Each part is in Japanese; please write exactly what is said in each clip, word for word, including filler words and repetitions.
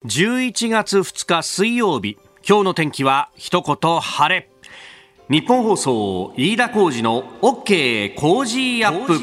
じゅういちがつふつか水曜日、今日の天気は一言晴れ。日本放送飯田浩司の OK 工事アップ。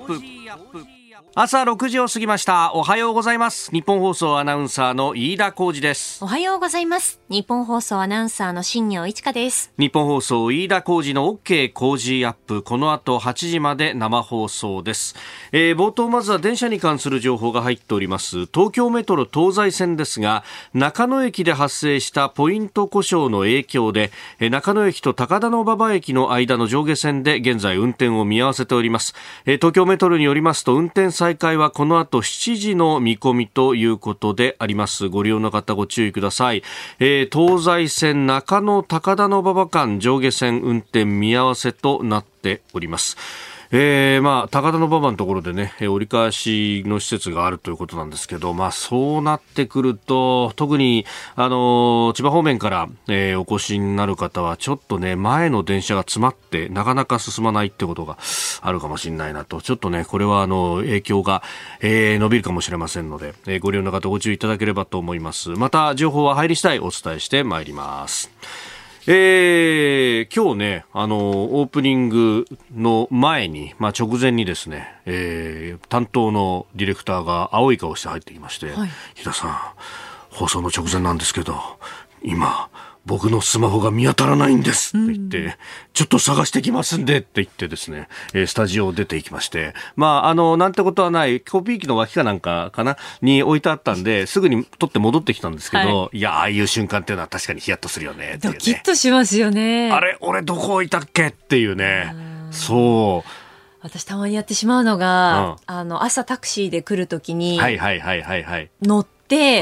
朝ろくじを過ぎました。おはようございます。日本放送アナウンサーの飯田浩司です。 おはようございます。日本放送アナウンサーの新業一華です。 日本放送飯田浩司の OK 工事アップ、この後はちじまで生放送です。えー、冒頭まずは電車に関する情報が入っております。東京メトロ東西線ですが、中野駅で発生したポイント故障の影響で、えー、中野駅と高田馬場駅の間の上下線で現在運転を見合わせております。えー、東京メトロによりますと、運転再開はこの後しちじの見込みということであります。ご利用の方ご注意ください。えー、東西線中野高田馬場間上下線運転見合わせとなっております。えー、まあ高田馬場のところでね、折り返しの施設があるということなんですけど、まあそうなってくると、特にあの千葉方面から、えー、お越しになる方はちょっとね、前の電車が詰まってなかなか進まないってことがあるかもしれないなと、ちょっとね、これはあの影響が、えー、伸びるかもしれませんので、えー、ご利用の方ご注意いただければと思います。また情報は入り次第お伝えしてまいります。えー、今日ね、あのオープニングの前に、まあ、直前にですね、えー、担当のディレクターが青い顔して入ってきまして、はい、日田さん、放送の直前なんですけど、今僕のスマホが見当たらないんですって言って、うん、ちょっと探してきますんでって言ってですね、えー、スタジオを出て行きまして、まあ、あの、なんてことはない、コピー機の脇かなんかかなに置いてあったんで、すぐに取って戻ってきたんですけど、はい、いや、ああいう瞬間っていうのは確かにヒヤッとするよねっていうね。 ドキッとしますよね。 あれ、俺どこ置いたっけっていうね。うそう。 私たまにやってしまうのが、うん、あの、朝タクシーで来るときに、 はいはいはいはいはい。 乗って、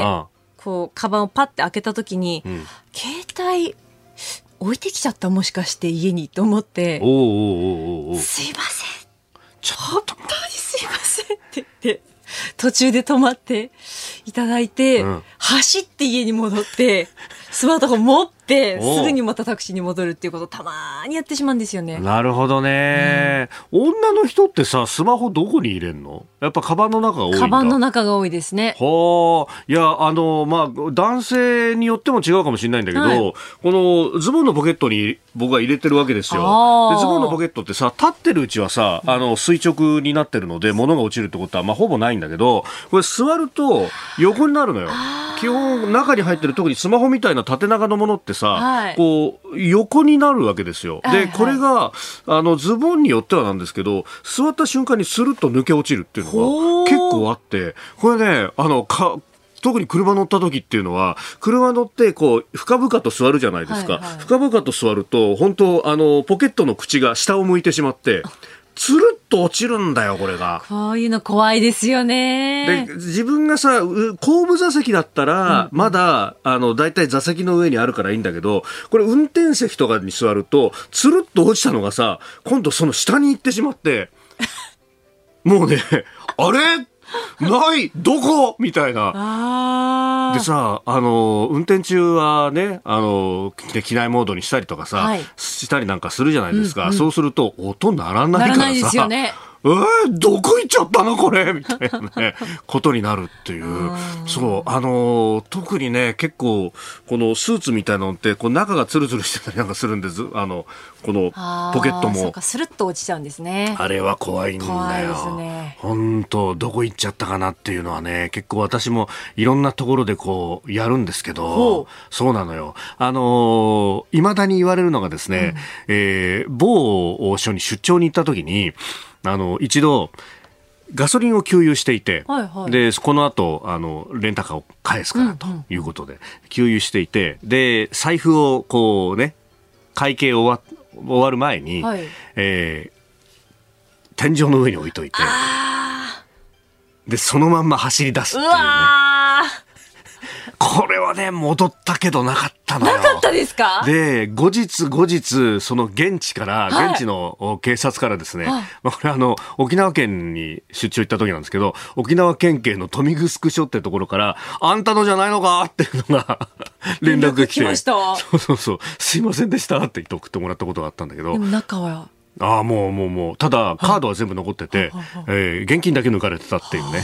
うんこうカバンをパッて開けた時に、うん、携帯置いてきちゃったもしかして家にと思って、 おーおーおーおーすいません、ちょ本当にすいませんって言って途中で止まっていただいて、うん、走って家に戻ってスマートフォン持ってすぐにまたタクシーに戻るっていうことをたまにやってしまうんですよね。 なるほどね、うん、女の人ってさ、スマホどこに入れんの？やっぱカバンの中が多いんだ。 カバンの中が多いですね。 はあ、いや、あのまあ男性によっても違うかもしれないんだけど、はい、このズボンのポケットに僕は入れてるわけですよ。でズボンのポケットってさ、立ってるうちはさ、あの垂直になってるので物が落ちるってことはまあほぼないんだけど、これ座ると横になるのよ。基本中に入ってる、特にスマホみたいな縦長のものってさ、はい、こう横になるわけですよ。で、はいはい、これがあのズボンによってはなんですけど、座った瞬間にスルッと抜け落ちるっていうのが結構あって、これね、あのか特に車乗った時っていうのは、車乗ってこう深々と座るじゃないですか、はいはい、深々と座ると本当あのポケットの口が下を向いてしまってつるっと落ちるんだよ、これが。 こういうの怖いですよね。 で、自分がさ、後部座席だったら、うん、まだ、あの、だいたい座席の上にあるからいいんだけど、これ運転席とかに座ると、つるっと落ちたのがさ、今度その下に行ってしまって、もうね、あれないどこみたいな。 あでさ、あの運転中はね、あの機内モードにしたりとかさ、はい、したりなんかするじゃないですか、うんうん、そうすると音鳴らないからさ、 鳴らないですよね。 えー、どこ行っちゃったのこれみたいなねことになるっていう。そうあのー、特にね、結構このスーツみたいなのってこう中がツルツルしてたりなんかするんです。あのこのポケットもそうか、スルッと落ちちゃうんですね。 あれは怖いんだよ。 怖いですね。本当どこ行っちゃったかなっていうのはね、結構私もいろんなところでこうやるんですけど、そうなのよ。あのー、未だに言われるのがですね、うん、えー、某所に出張に行った時に、あの一度ガソリンを給油していて、はいはい、でこの後あのレンタカーを返すからということで、うんうん、給油していて、で財布をこうね、会計終わ、終わる前に、はい、えー、天井の上に置いといて、でそのまんま走り出すっていうね。うわこれはね、戻ったけどなかったのよ。 なかったですか？ で、後日後日、その現地から、はい、現地の警察からですね、はい、まあ、これあの、沖縄県に出張行った時なんですけど、沖縄県警の豊見城署ってところから、あんたのじゃないのかっていうのが、連絡が来て、 連絡来ました。 そうそうそう、すいませんでしたって言って送ってもらったことがあったんだけど。 でも中はああ、もうもうもう、ただカードは全部残ってて、はい、えー、現金だけ抜かれてたっていうね。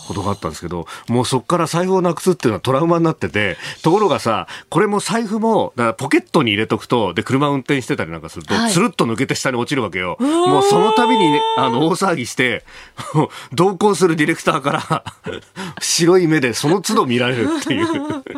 ことがあったんですけど、もうそこから財布をなくすっていうのはトラウマになってて、ところがさ、これも財布もだからポケットに入れとくと、で車運転してたりなんかすると、はい、つるっと抜けて下に落ちるわけよ。もうその度に、ね、あの大騒ぎして同行するディレクターから白い目でその都度見られるっていう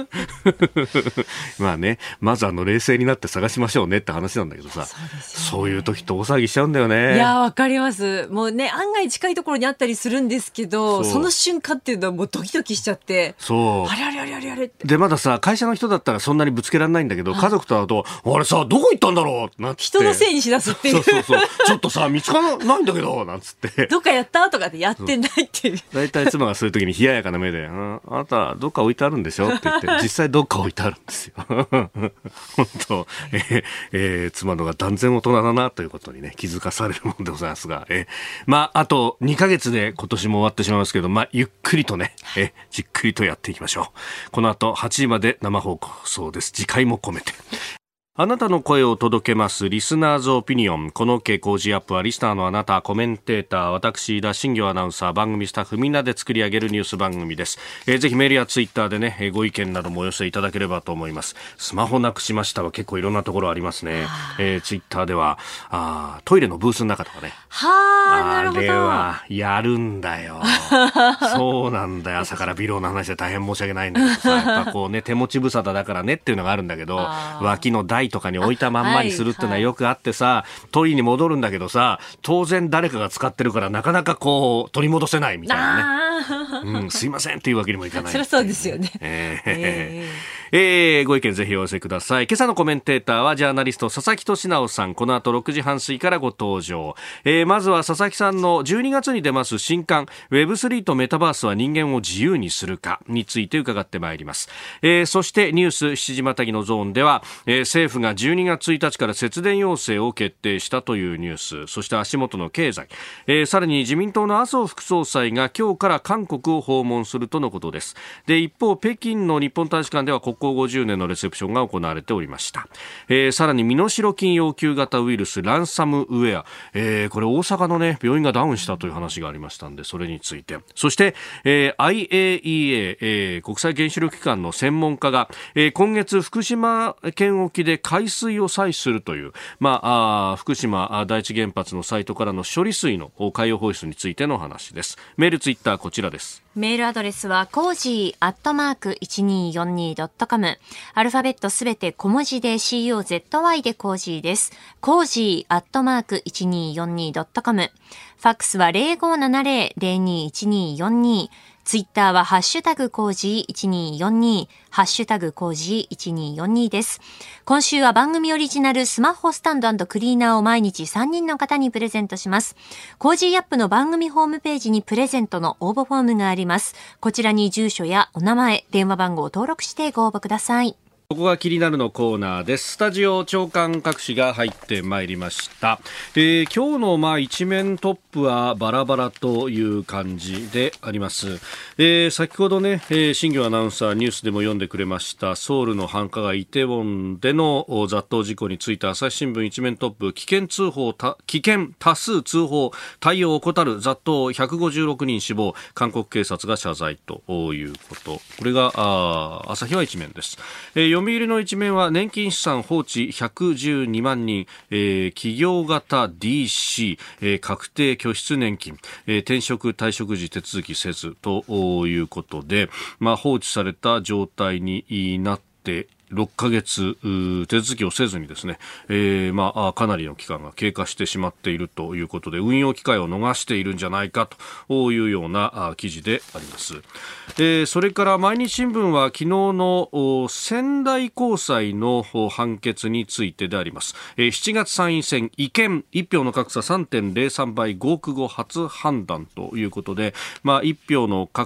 まあね、まずあの冷静になって探しましょうねって話なんだけどさ、 そうですよね、そういう時って大騒ぎしちゃうんだよね。 いやわかります。もうね、案外近いところにあったりするんですけど、 そ, その瞬間っていうのはもうドキドキしちゃって、そう、あれあれあれあれあれって。 でまださ、会社の人だったらそんなにぶつけられないんだけど、家族と会うと、あれさどこ行ったんだろうってなって、 人のせいにしだすっていう。 そうそうそう、ちょっとさ見つからないんだけどなんつってどっかやったとかってやってないっていう。 だいたい妻がそういう時に冷ややかな目で、うん、あなたどっか置いてあるんでしょって言って、実際どっか置いてあるんですよ本当、えーえー、妻のが断然大人だなということにね、気づかされるものでございますが、えー、まああとにかげつで今年も終わってしまいますけど、まあゆっくりとね、えー、じっくりとやっていきましょう。この後はちじまで生放送です。次回も込めてあなたの声を届けますリスナーズオピニオン。この OK 工事アップはリスナーのあなた、コメンテーター、私田新行アナウンサー、番組スタッフみんなで作り上げるニュース番組です。えー、ぜひメールやツイッターでね、えー、ご意見などもお寄せいただければと思います。スマホなくしましたは結構いろんなところありますね。えー、ツイッターではあトイレのブースの中とかね、 はあ、なるほど。 あれはやるんだよそうなんだよ。朝からビローの話で大変申し訳ないんだけどさ、やっぱこうね、手持ち無沙汰だからねっていうのがあるんだけど、脇の台とかに置いたまんまにするっていうのはよくあってさ、はいはい、トイレに戻るんだけどさ、当然誰かが使ってるからなかなかこう取り戻せないみたいなね、うん、すいませんっていうわけにもいかない、ね、 そりゃそうですよね。 えーえーえー、ご意見ぜひお寄せください。今朝のコメンテーターはジャーナリスト佐々木俊直さん、この後ろくじはん過ぎからご登場。えー、まずは佐々木さんのじゅうにがつに出ます新刊 ウェブスリー とメタバースは人間を自由にするかについて伺ってまいります。えー、そしてニュースしちじまたぎのゾーンでは、えー、政府がじゅうにがつついたちから節電要請を決定したというニュース、そして足元の経済、えー、さらに自民党の麻生副総裁が今日から韓国を訪問するとのことです。で一方、北京の日本大使館では国交ごじゅうねんのレセプションが行われておりました。えー、さらに身代金要求型ウイルスランサムウェア、えー、これ大阪の、ね、病院がダウンしたという話がありましたので、それについて、そして、えー、アイエーイーエー、えー、国際原子力機関の専門家が、えー、今月福島県沖で海水を採取するという、まあ、あ福島第一原発のサイトからの処理水の海洋放出についての話です。メールツイッターこちらです。 メールアドレスはコージーアットマーク いちにーよんにードットコム、 アルファベットすべて小文字で コーズ でコージーです。コージーアットマーク いちにーよんにードットコム、 ファックスは ゼロごーななゼロ ゼロにーいちにーよんにー、ツイッターはハッシュタグコージーいちにーよんにー、ハッシュタグコージーいちにーよんにーです。今週は番組オリジナルスマホスタンド&クリーナーを毎日さんにんの方にプレゼントします。コージーアップの番組ホームページにプレゼントの応募フォームがあります。こちらに住所やお名前、電話番号を登録してご応募ください。 ここが気になるのコーナーです。スタジオ長官各紙が入ってまいりました。えー、今日のまあ一面トップはバラバラという感じであります。えー、先ほどね、えー、新業アナウンサーニュースでも読んでくれましたソウルの繁華街イテウォンでの雑踏事故について朝日新聞一面トップ、危険通報た危険多数通報対応を怠る雑踏ひゃくごじゅうろくにん死亡、韓国警察が謝罪ということ。これがあ朝日は一面です。えー読売の一面は年金資産放置ひゃくじゅうにまんにん、えー、企業型 ディーシー、えー、確定拠出年金、えー、転職退職時手続きせずということで、まあ、放置された状態になってろっかげつ手続きをせずにですね、えーまあ、かなりの期間が経過してしまっているということで、運用機会を逃しているんじゃないかというような記事であります。えー、それから毎日新聞は昨日の仙台高裁の判決についてであります。えー、しちがつ参院選違憲いち票の格差 さんてんゼロさん 倍合区後初判断ということで、まあ、いち票の格差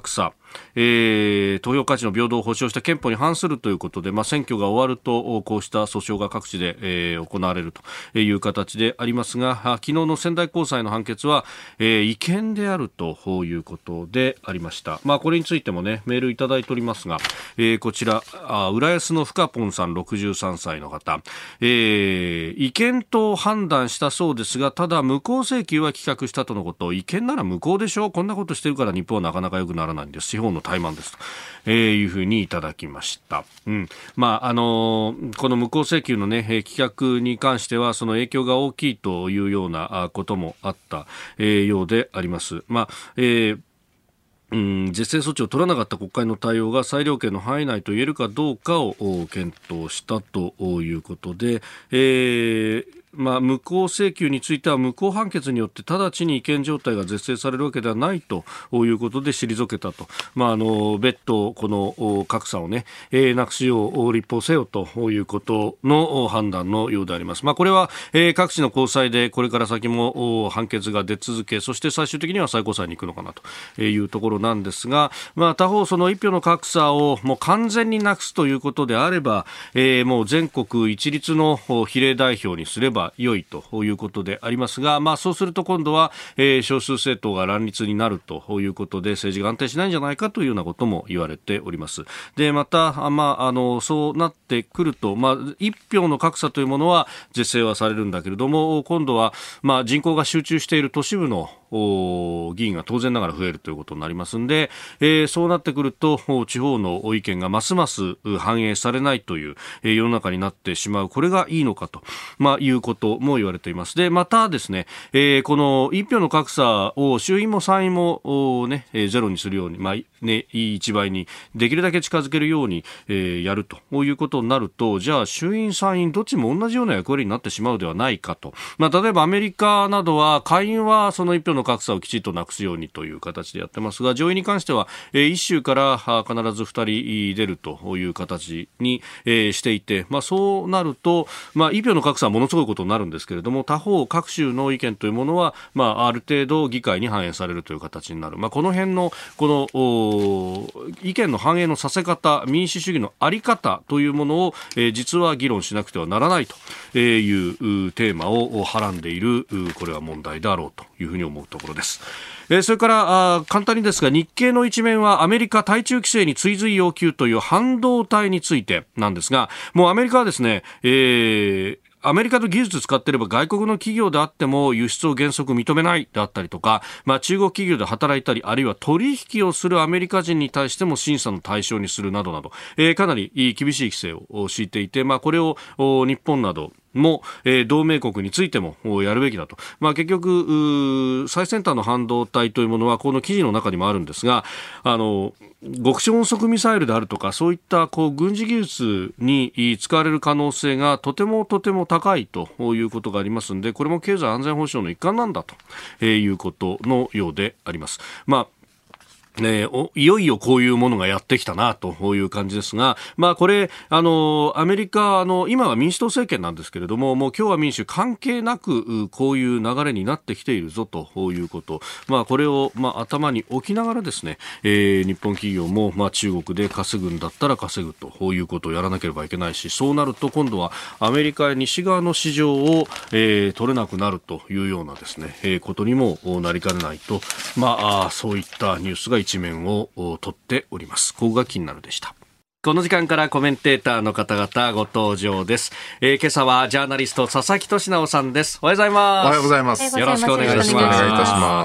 えー、投票価値の平等を保障した憲法に反するということで、まあ、選挙が終わるとこうした訴訟が各地で、えー、行われるという形でありますが、昨日の仙台高裁の判決は、えー、違憲であるということでありました。まあ、これについても、ね、メールいただいておりますが、えー、こちらあ浦安の深ポンさんろくじゅうさんさいの方、えー、違憲と判断したそうですが、ただ無効請求は棄却したとのこと。違憲なら無効でしょう、こんなことしてるから日本はなかなか良くならないんです、司法の怠慢ですと、えー、いうふうにいただきました。うんまああのー、この無効請求の、ね、棄却に関してはその影響が大きいというようなこともあった、えー、ようであります。まあえーうん、是正措置を取らなかった国会の対応が裁量権の範囲内と言えるかどうかを検討したということで、えーまあ、無効請求については無効判決によって直ちに違憲状態が是正されるわけではないということで退けたと、まあ、あの別途この格差を、ねえー、なくすよう立法せよということの判断のようであります。まあ、これは、えー、各地の高裁でこれから先も判決が出続け、そして最終的には最高裁に行くのかなというところなんですが、まあ、他方その一票の格差をもう完全になくすということであれば、えー、もう全国一律の比例代表にすれば良いということでありますが、まあ、そうすると今度は、えー、少数政党が乱立になるということで政治が安定しないんじゃないかというようなことも言われております。でまた、まあ、あのそうなってくると、まあ、一票の格差というものは是正はされるんだけれども、今度は、まあ、人口が集中している都市部の議員が当然ながら増えるということになりますので、えー、そうなってくると地方の意見がますます反映されないという、えー、世の中になってしまう。これがいいのかと、まあ、いうことも言われています。でまたですね、えー、この一票の格差を衆院も参院も、ね、ゼロにするように、まあね、いい一倍にできるだけ近づけるように、えー、やるということになると、じゃあ衆院参院どっちも同じような役割になってしまうではないかと、まあ、例えばアメリカなどは下院はその一票の格差をきちっとなくすようにという形でやってますが、上院に関しては、えー、一州から必ずふたり出るという形に、えー、していて、まあ、そうなると、まあ、一票の格差はものすごいことになるんですけれども、他方各州の意見というものは、まあ、ある程度議会に反映されるという形になる、まあ、この辺のこの意見の反映のさせ方、民主主義の在り方というものを、えー、実は議論しなくてはならないというテーマをはらんでいる、これは問題だろうというふうに思うところです。えー、それからあ簡単にですが、日経の一面はアメリカ対中規制に追随要求という半導体についてなんですが、もうアメリカはですね、えーアメリカの技術を使っていれば外国の企業であっても輸出を原則認めないであったりとか、まあ、中国企業で働いたり、あるいは取引をするアメリカ人に対しても審査の対象にするなどなど、えー、かなり厳しい規制を敷いていて、まあ、これを日本なども、えー、同盟国についてもやるべきだと、まあ、結局最先端の半導体というものはこの記事の中にもあるんですが、あの極超音速ミサイルであるとか、そういったこう軍事技術に使われる可能性がとてもとても高いということがありますので、これも経済安全保障の一環なんだということのようであります。まあね、おいよいよこういうものがやってきたなという感じですが、まあ、これあのアメリカあの今は民主党政権なんですけれども、もう共和民主関係なくこういう流れになってきているぞということ、まあ、これを、まあ、頭に置きながらですね、えー、日本企業も、まあ、中国で稼ぐんだったら稼ぐということをやらなければいけないし、そうなると今度はアメリカや西側の市場を、えー、取れなくなるというようなですね、えー、ことにもなりかねないと、まあ、あそういったニュースが一面を取っております。ここが気になるでした。この時間からコメンテーターの方々ご登場です。えー、今朝はジャーナリスト佐々木俊直さんです。おはようございます。 おはようございます。 よろしくお願いします。 よろしくお願いいたします。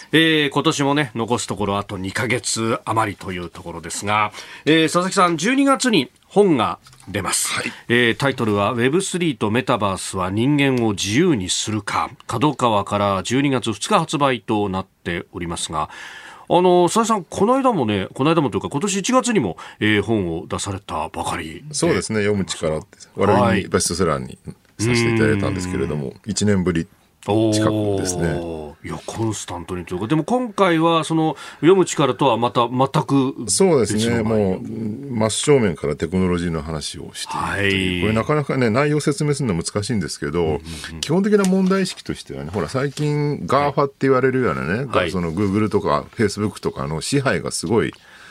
えー、今年もね残すところあとにかげつ余りというところですが、えー、佐々木さんじゅうにがつに本が出ます、はい。えー、タイトルは ウェブスリー とメタバースは人間を自由にするか、角川からじゅうにがつふつか発売となっておりますが、あの佐々木さん、この間もね、この間もというか今年いちがつにも、えー、本を出されたばかり。 そうですね、読む力って我々にベストセラーにさせていただいたんですけれども、いちねんぶり近くですね。 いやコンスタントにというか、でも今回はその読む力とはまた全くそうですね、もう真正面からテクノロジーの話をしている、はい、これなかなかね内容を説明するのは難しいんですけど、うんうんうん、基本的な問題意識としてはね、ほら最近 ガーファ って言われるようなね、はい、その Google とか Facebook とかの支配がすごい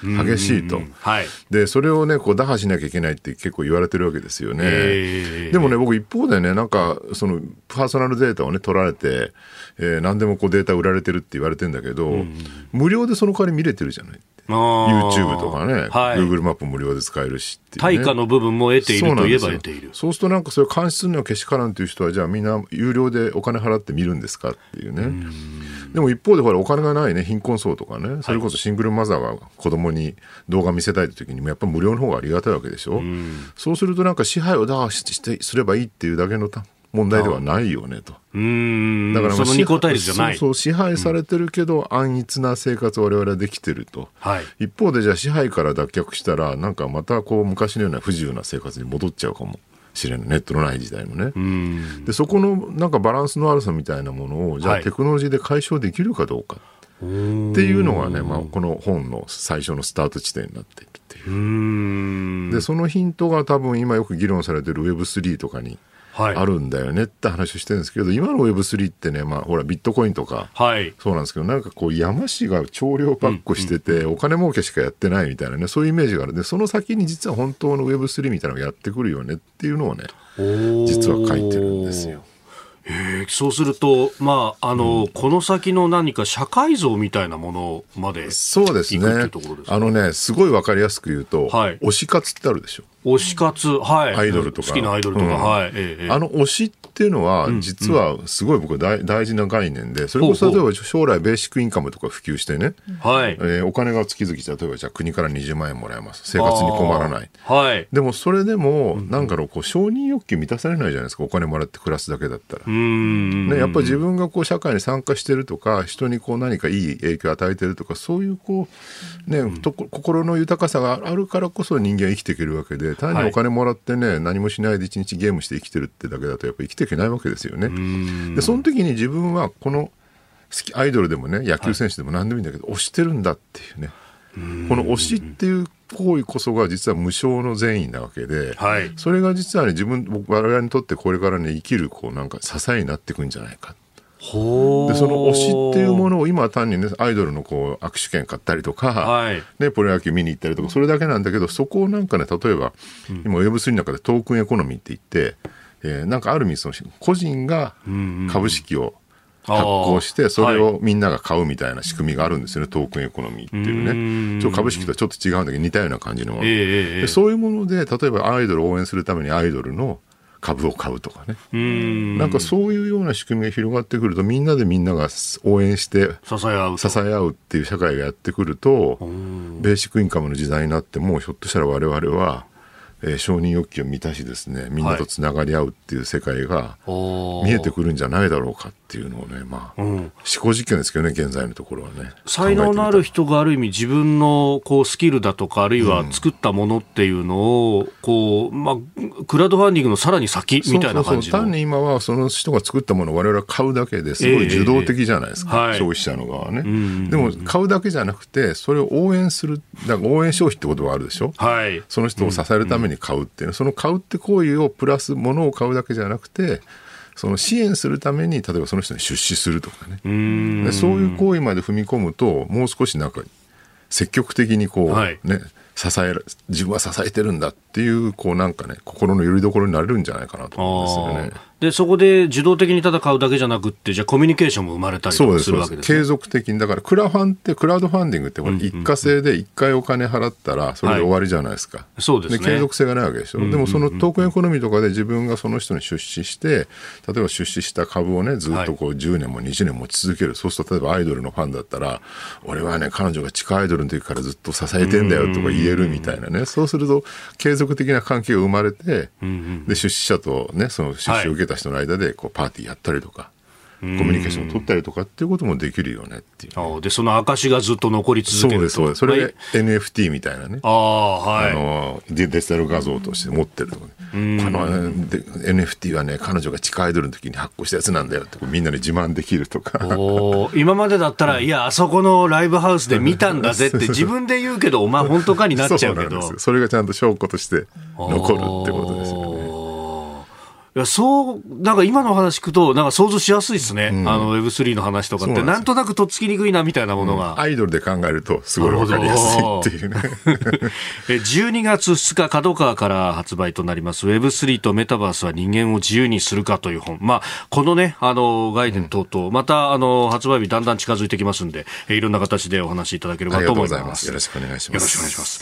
激しいと、はい、でそれをねこう打破しなきゃいけないって結構言われてるわけですよね、えー、でもね僕一方でねなんかそのパーソナルデータをね取られて、えー、何でもこうデータ売られてるって言われてるんだけど、うん、無料でその代わり見れてるじゃない、YouTube とかね、はい、Google マップ無料で使えるしっていう、ね、 対価の部分も得ているといえば得ている。 そうするとなんかそれを監視するのはけしからんという人はじゃあみんな有料でお金払って見るんですかっていうね。うでも一方でほらお金がないね貧困層とかねそれこそシングルマザーが子供に動画見せたいという時にもやっぱ無料の方がありがたいわけでしょ。うそうするとなんか支配を打破してすればいいっていうだけの問題ではないよねと。 うーんだからまあその二項対立じゃない。 そうそう支配されてるけど、うん、安逸な生活を我々はできてると、はい、一方でじゃあ支配から脱却したらなんかまたこう昔のような不自由な生活に戻っちゃうかもしれないネットのない時代のね。うんでそこのなんかバランスの悪さみたいなものをじゃあテクノロジーで解消できるかどうかっていうのがね、まあ、この本の最初のスタート地点になっているっていう。うーんでそのヒントが多分今よく議論されている ウェブスリー とかにあるんだよねって話をしてるんですけど、今の ウェブスリー ってね、まあ、ほらビットコインとか、はい、そうなんですけどなんかこう山氏が超量ばっこしてて、うんうん、お金儲けしかやってないみたいなねそういうイメージがあるんでその先に実は本当の ウェブスリー みたいなのがやってくるよねっていうのをね実は書いてるんですよ。 えー、そうすると、まああのうん、この先の何か社会像みたいなものまでそうですね。あのねすごい分かりやすく言うと、はい、推し活ってあるでしょ。 推し活、はい、 アイドルとか好きなアイドルとか、うんはいええ、あの推しっていうのは実はすごい僕大、大事な概念でそれこそ例えば将来ベーシックインカムとか普及してね、はいえー、お金が月々例えばじゃあ国からにじゅうまんえんもらえます生活に困らない、はい、でもそれでもなんかのこう承認欲求満たされないじゃないですかお金もらって暮らすだけだったら。うんね、やっぱり自分がこう社会に参加してるとか人にこう何かいい影響を与えてるとかそういうこう、ねうん、と心の豊かさがあるからこそ人間は生きていけるわけで単にお金もらってね、はい、何もしないで一日ゲームして生きてるってだけだとやっぱり生きていけないわけですよね。でその時に自分はこの好きアイドルでもね野球選手でも何でもいいんだけど、はい、推してるんだっていうねこの推しっていう行為こそが実は無償の善意なわけで、はい、それが実はね自分我々にとってこれからね生きるこうなんか支えになっていくんじゃないか。ほでその推しっていうものを今は単にねアイドルのこう握手券買ったりとか、はいね、プロ野球見に行ったりとかそれだけなんだけどそこをなんかね例えば、うん、今 ウェブスリー の中でトークンエコノミーって言って、えー、なんかある意味その個人が株式を発行してそれをみんなが買うみたいな仕組みがあるんですよね、トークンエコノミーっていうね。ちょっと株式とはちょっと違うんだけど似たような感じのもの、えー、でそういうもので例えばアイドルを応援するためにアイドルの株を買うとかね、うーんなんかそういうような仕組みが広がってくるとみんなでみんなが応援して支え合う支え合うっていう社会がやってくるとベーシックインカムの時代になってもひょっとしたら我々はえー、承認欲求を満たしですねみんなとつながり合うっていう世界が見えてくるんじゃないだろうかっていうのをね、まあうん、思考実験ですけどね現在のところはね。 才能のある人がある意味自分のこうスキルだとかあるいは作ったものっていうのをこう、まあ、クラウドファンディングのさらに先みたいな感じの。そうそうそう単に今はその人が作ったものを我々は買うだけですごい受動的じゃないですか、えーはい、消費者の側はね、うんうんうん、でも買うだけじゃなくてそれを応援するだから応援消費ってことがあるでしょ、はい、その人を支えるために買うっていうの、うんうん、その買うって行為をプラス物を買うだけじゃなくてその支援するために例えばその人に出資するとかねうーんそういう行為まで踏み込むともう少しなんか積極的にこう、はい、ね支え自分は支えてるんだっていうこうなんかね心の拠り所になれるんじゃないかなと思うんですよね。 でそこで自動的に戦うだけじゃなくってじゃあコミュニケーションも生まれたりとかするわけですね。 継続的にだからクラファンってクラウドファンディングってこれ一過性で一回お金払ったらそれで終わりじゃないですか、はい、そうですね。で継続性がないわけでしょ、うんうんうん、でもそのトークンエコノミーとかで自分がその人に出資して例えば出資した株をねずっとこうじゅうねんもにじゅうねんも持ち続ける、はい、そうすると例えばアイドルのファンだったら俺はね彼女が地下アイドルの時からずっと支えてんだよとか言えるみたいなね。そうすると継続的な関係が生まれて、うんうん、で出資者とねその出資を受けた人の間でこうパーティーやったりとかコミュニケーションを取ったりとかっていうこともできるよねっていう、ね、 あでその証がずっと残り続けるとそうですそうですそれで エヌエフティー みたいなねあ、はい、あのデジタル画像として持ってるとか、ね、あの エヌエフティー はね彼女が地下アイドルの時に発行したやつなんだよってみんなに自慢できるとかお今までだったらいやあそこのライブハウスで見たんだぜって自分で言うけどお前本当かになっちゃうけどそ, うなんですそれがちゃんと証拠として残るってことですよね。 いや、そう、なんか今の話聞くと、なんか想像しやすいですね。うん、あの、ウェブスリー の話とかって、なんとなくとっつきにくいな、みたいなものが。 うん、アイドルで考えると、すごいわかりやすいっていうね。 じゅうにがつふつか、角川から発売となります、ウェブスリー とメタバースは人間を自由にするかという本。まあ、このね、あの、概念等々、うん、また、あの、発売日だんだん近づいてきますんで、いろんな形でお話しいただければと思います。 よろしくお願いします。 よろしくお願いします。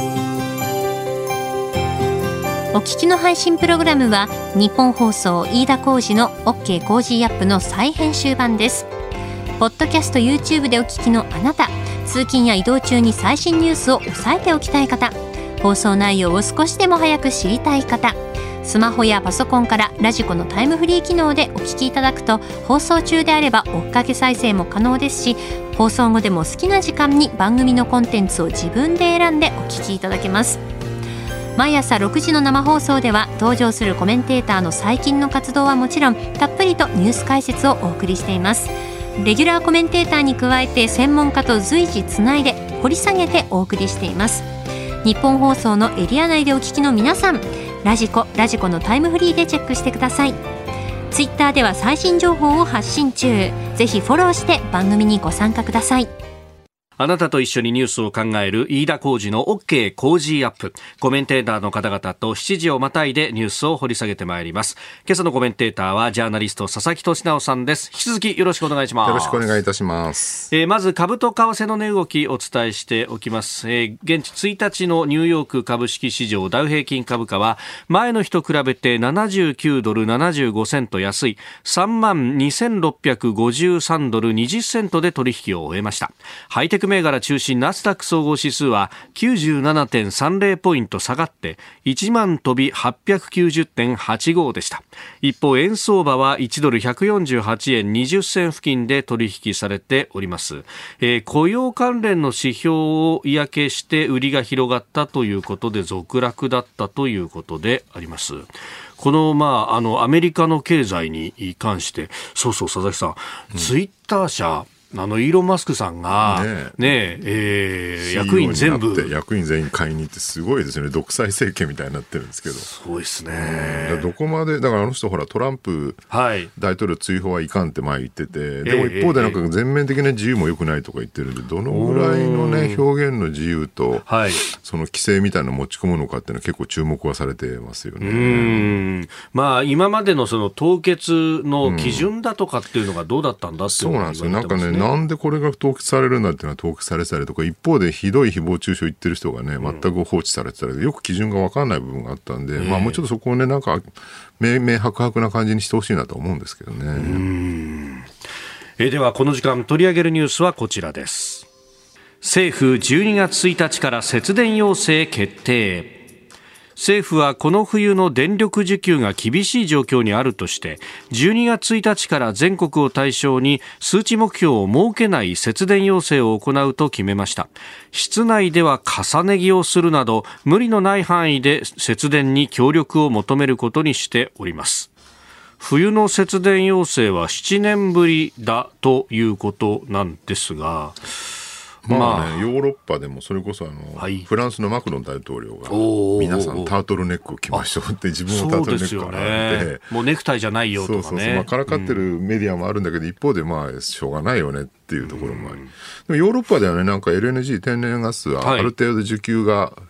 お聞きの配信プログラムは日本放送飯田浩司の OK コージーアップの再編集版です。ポッドキャスト YouTube でお聞きのあなた、通勤や移動中に最新ニュースを押さえておきたい方、放送内容を少しでも早く知りたい方、スマホやパソコンからラジコのタイムフリー機能でお聞きいただくと、放送中であれば追っかけ再生も可能ですし、放送後でも好きな時間に番組のコンテンツを自分で選んでお聞きいただけます。毎朝ろくじの生放送では登場するコメンテーターの最近の活動はもちろん、たっぷりとニュース解説をお送りしています。レギュラーコメンテーターに加えて専門家と随時つないで掘り下げてお送りしています。日本放送のエリア内でお聞きの皆さん、ラジコ、ラジコのタイムフリーでチェックしてください。ツイッターでは最新情報を発信中。ぜひフォローして番組にご参加ください。 あなたと一緒にニュースを考える飯田浩司の OK コージーアップ。コメンテーターの方々としちじをまたいでニュースを掘り下げてまいります。今朝のコメンテーターはジャーナリスト佐々木俊直さんです。引き続きよろしくお願いします。 よろしくお願いいたします。 えー、まず株と為替の値動きお伝えしておきます。えー、現地ついたちのニューヨーク株式市場ダウ平均株価は前の日と比べてななじゅうきゅうドルななじゅうごセント安い さんまんにせんろっぴゃくごじゅうさんドルにじゅっセントで取引を終えました。ハイテク銘柄中心ナスダック総合指数は きゅうじゅうななてんさんぜろ ポイント下がっていちまん飛び はっぴゃくきゅうじゅってんはちご でした。一方円相場はいちドルひゃくよんじゅうはちえんにじゅっ銭付近で取引されております。えー、雇用関連の指標を嫌気して売りが広がったということで続落だったということであります。この、まあ、あのアメリカの経済に関して、そうそう佐々木さん、うん、ツイッター社あのイーロン・マスクさんが、ねねえー、役員全部役員全員買いに行ってすごいですよね。独裁政権みたいになってるんですけど、 すごいですね。 どこまでだからあの人ほらトランプ大統領追放はいかんって前言ってて、はい、でも一方でなんか全面的な自由も良くないとか言ってるんで、どのぐらいのね表現の自由と、はい、その規制みたいなのを持ち込むのかっていうのは結構注目はされてますよね。 うーん、まあ今までのその凍結の基準だとかっていうのがどうだったんだっていうのが言われてますね。 そうなんですよ。なんかね、なんでこれが凍結されるんだっていうのは凍結されてたりとか、一方でひどい誹謗中傷言ってる人がね全く放置されてたり、よく基準が分からない部分があったんで、えーまあ、もうちょっとそこをねなんか明明白々な感じにしてほしいなと思うんですけどね。うーん、えー、ではこの時間取り上げるニュースはこちらです。政府じゅうにがつついたちから節電要請決定。政府はこの冬の電力需給が厳しい状況にあるとしてじゅうにがつついたちから全国を対象に数値目標を設けない節電要請を行うと決めました。室内では重ね着をするなど無理のない範囲で節電に協力を求めることにしております。冬の節電要請はななねんぶりだということなんですが、 まあね、ヨーロッパでもそれこそあの、はい、フランスのマクロン大統領が皆さんタートルネックを着ましょうって自分もタートルネックを洗って、 ね、もうネクタイじゃないよとかね、 そうそうそう、まあ、からかってるメディアもあるんだけど、うん、一方でまあしょうがないよねっていうところもあり、うん、でもヨーロッパではねなんか エルエヌジー 天然ガスはある程度需給が、はい、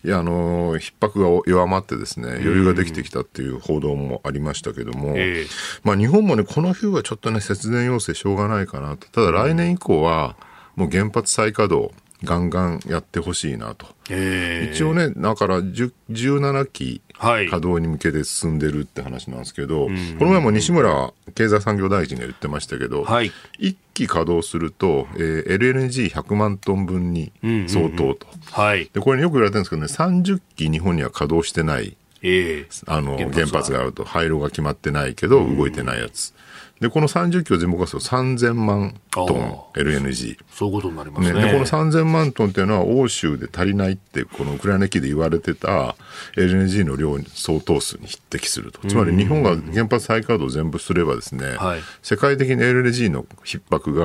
いやあの逼迫が弱まってですね余裕ができてきたっていう報道もありましたけども、えーまあ、日本もねこの冬はちょっとね節電要請しょうがないかなと。ただ来年以降はもう原発再稼働ガンガンやってほしいなと、えー、一応ねだからじゅうななき稼働に向けて進んでるって話なんですけど、はい、この前も西村経済産業大臣が言ってましたけど、はい、いっき稼働すると、えー、エルエヌジーひゃくまんトン分に相当と、うんうんうんはい、でこれ、ね、よく言われてるんですけどねさんじゅっき日本には稼働してない、えー、あの原発があると、廃炉が決まってないけど動いてないやつ、でこのさんじゅっきを全部動かすとさんぜんまんトン エルエヌジー、 そういうことになりますね。 ねでこのさんぜんまんトンっていうのは欧州で足りないってこのウクライナ危機で言われてた エルエヌジー の量に相当数に匹敵すると。つまり日本が原発再稼働全部すればですね、はい、世界的に エルエヌジー の逼迫が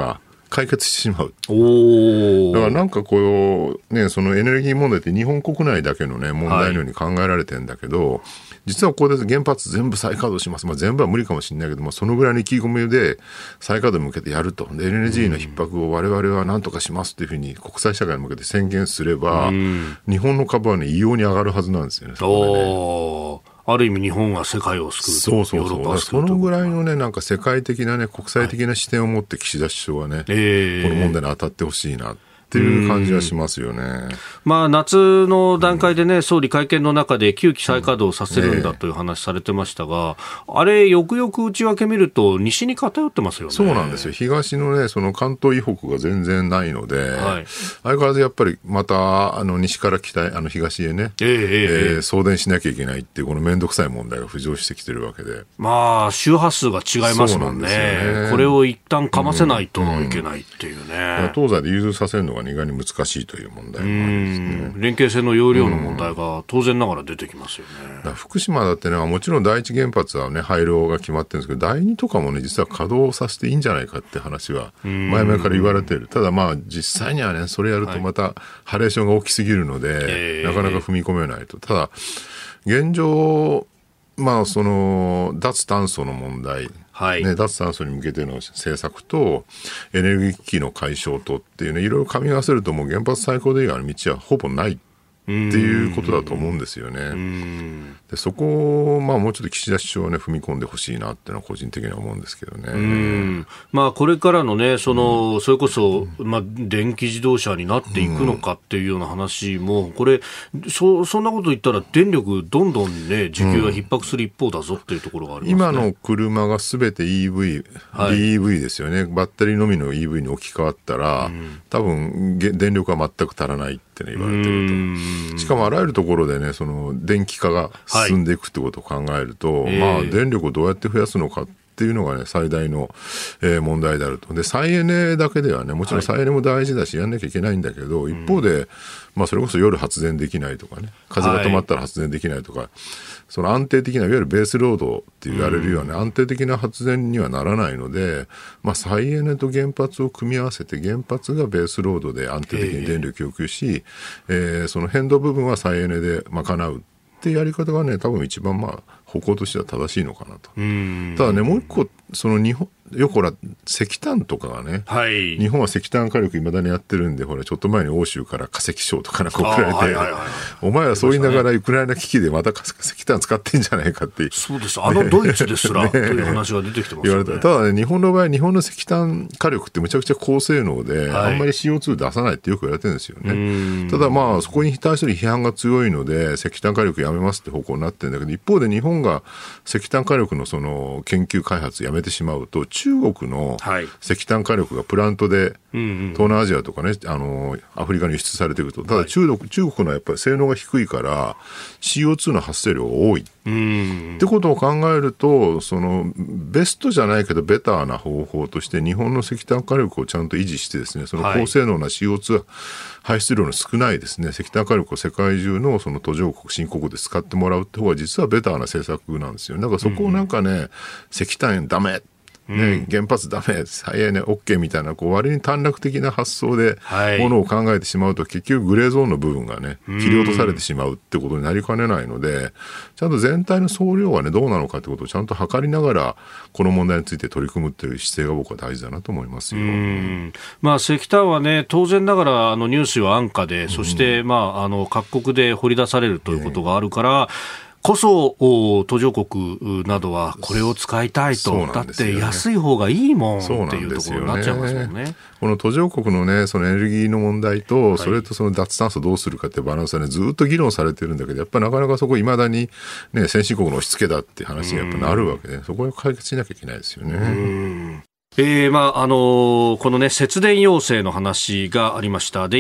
解決してしまう。 おだからなんかこう、ね、そのエネルギー問題って日本国内だけの、ね、問題のように考えられてるんだけど、はい、実はここで原発全部再稼働します、まあ、全部は無理かもしれないけども、そのぐらいの意気込みで再稼働に向けてやると、で エヌエルジー の逼迫を我々は何とかしますというふうに国際社会に向けて宣言すれば、日本の株は、ね、異様に上がるはずなんですよね。そこでね、 おある意味日本が世界を救うと。 そうそうそう。だからそのぐらいのね、なんか世界的なね、国際的な視点を持って岸田首相はね、はい、この問題に当たってほしいなっていう感じはしますよね。 まあ、夏の段階でね、総理会見の中できゅうき再稼働させるんだという話されてましたが、あれよくよく内訳見ると西に偏ってますよね。 そうなんですよ。東のね、その関東以北が全然ないので、はい、相変わらずやっぱりまたあの西から北へ、あの東へね、えーえーえー、送電しなきゃいけないっていうこの面倒くさい問題が浮上してきてるわけで、 まあ周波数が違いますもん ね, ねこれを一旦かませないといけないっていうね、うんうん、 東西で融通させるのが意外に難しいという問題もありますね。 連携性の容量の問題が当然ながら出てきますよね。 だから福島だってね、もちろん第一原発はね廃炉が決まってるんですけど、第二とかもね実は稼働させていいんじゃないかって話は前々から言われている。ただまあ実際にはねそれやるとまたハレーションが大きすぎるので、はい、なかなか踏み込めないと。ただ現状まあその脱炭素の問題、はいね、脱炭素に向けての政策とエネルギー危機の解消とっていうね、いろいろ噛み合わせるともう原発再稼働以外の道はほぼないっていうことだと思うんですよね。うんでそこを、まあ、もうちょっと岸田首相は、ね、踏み込んでほしいなっていうのは個人的には思うんですけどね。 うんまあ、これからのねその、うん、それこそ、まあ、電気自動車になっていくのかっていうような話も、これ そ, そんなこと言ったら電力どんどんね需給が逼迫する一方だぞっていうところがありますね。 今の車がすべて イーブイ、はい、ビーイーブイ ですよね。バッテリーのみの イーブイ に置き換わったら、うん、多分電力は全く足らないって、ね、言われてると。しかもあらゆるところでねその電気化が進んでいくってことを考えると、はいまあ、電力をどうやって増やすのかっていうのが、ね、最大の、えー、問題であると。で再エネだけではねもちろん再エネも大事だしやんなきゃいけないんだけど、はい、一方で、まあ、それこそ夜発電できないとかね風が止まったら発電できないとか、はい、その安定的ないわゆるベースロードって言われるような、ねうん、安定的な発電にはならないので、まあ、再エネと原発を組み合わせて原発がベースロードで安定的に電力供給し、えーえー、その変動部分は再エネで賄うっていうやり方がね多分一番まあ方向としては正しいのかなと。うんただねもう一個その日本よくほら石炭とかがね、はい、日本は石炭火力いまだにやってるんでほらちょっと前に欧州から化石賞とかなんか送られて、はいはいはい、お前はそう言いながらウクライナ危機でまた石炭使ってんじゃないかってそうですあのドイツですら、ね、という話が出てきてますよね。言われたただね日本の場合日本の石炭火力ってむちゃくちゃ高性能で、はい、あんまり シーオーツー 出さないってよく言われてるんですよね。ただまあそこに対する批判が強いので石炭火力やめますって方向になってるんだけど、一方で日本が石炭火力のその研究開発やめてしまうと中国の石炭火力がプラントで東南アジアとかねあのアフリカに輸出されていくと、ただ中国、中国のやっぱり性能が低いから シーオーツー の発生量が多いってことを考えるとそのベストじゃないけどベターな方法として日本の石炭火力をちゃんと維持してですねその高性能な シーオーツー 排出量の少ないですね石炭火力を世界中のその途上国新興国で使ってもらうって方が実はベターな政策なんですよ。だからそこをなんかね、うん、石炭ダメね、原発ダメ、再エネ OK みたいなこう割に短絡的な発想でものを考えてしまうと、はい、結局グレーゾーンの部分がね切り落とされてしまうってことになりかねないので、ちゃんと全体の総量はねどうなのかってことをちゃんと測りながらこの問題について取り組むっていう姿勢が僕は大事だなと思いますよ。 うんまあ、石炭はね当然ながらあのニュースは安価で、そして、まあ、あの各国で掘り出されるということがあるから、ねこそ途上国などはこれを使いたいと、ね、だって安い方がいいもんっていうところになっちゃいますもんね。 この途上国のねそのエネルギーの問題と、はい、それとその脱炭素どうするかっていうバランスはねずっと議論されてるんだけど、やっぱりなかなかそこいまだにね先進国の押し付けだっていう話がやっぱなるわけで、そこを解決しなきゃいけないですよね。うんえーまああのー、この、ね、節電要請の話がありました。で一方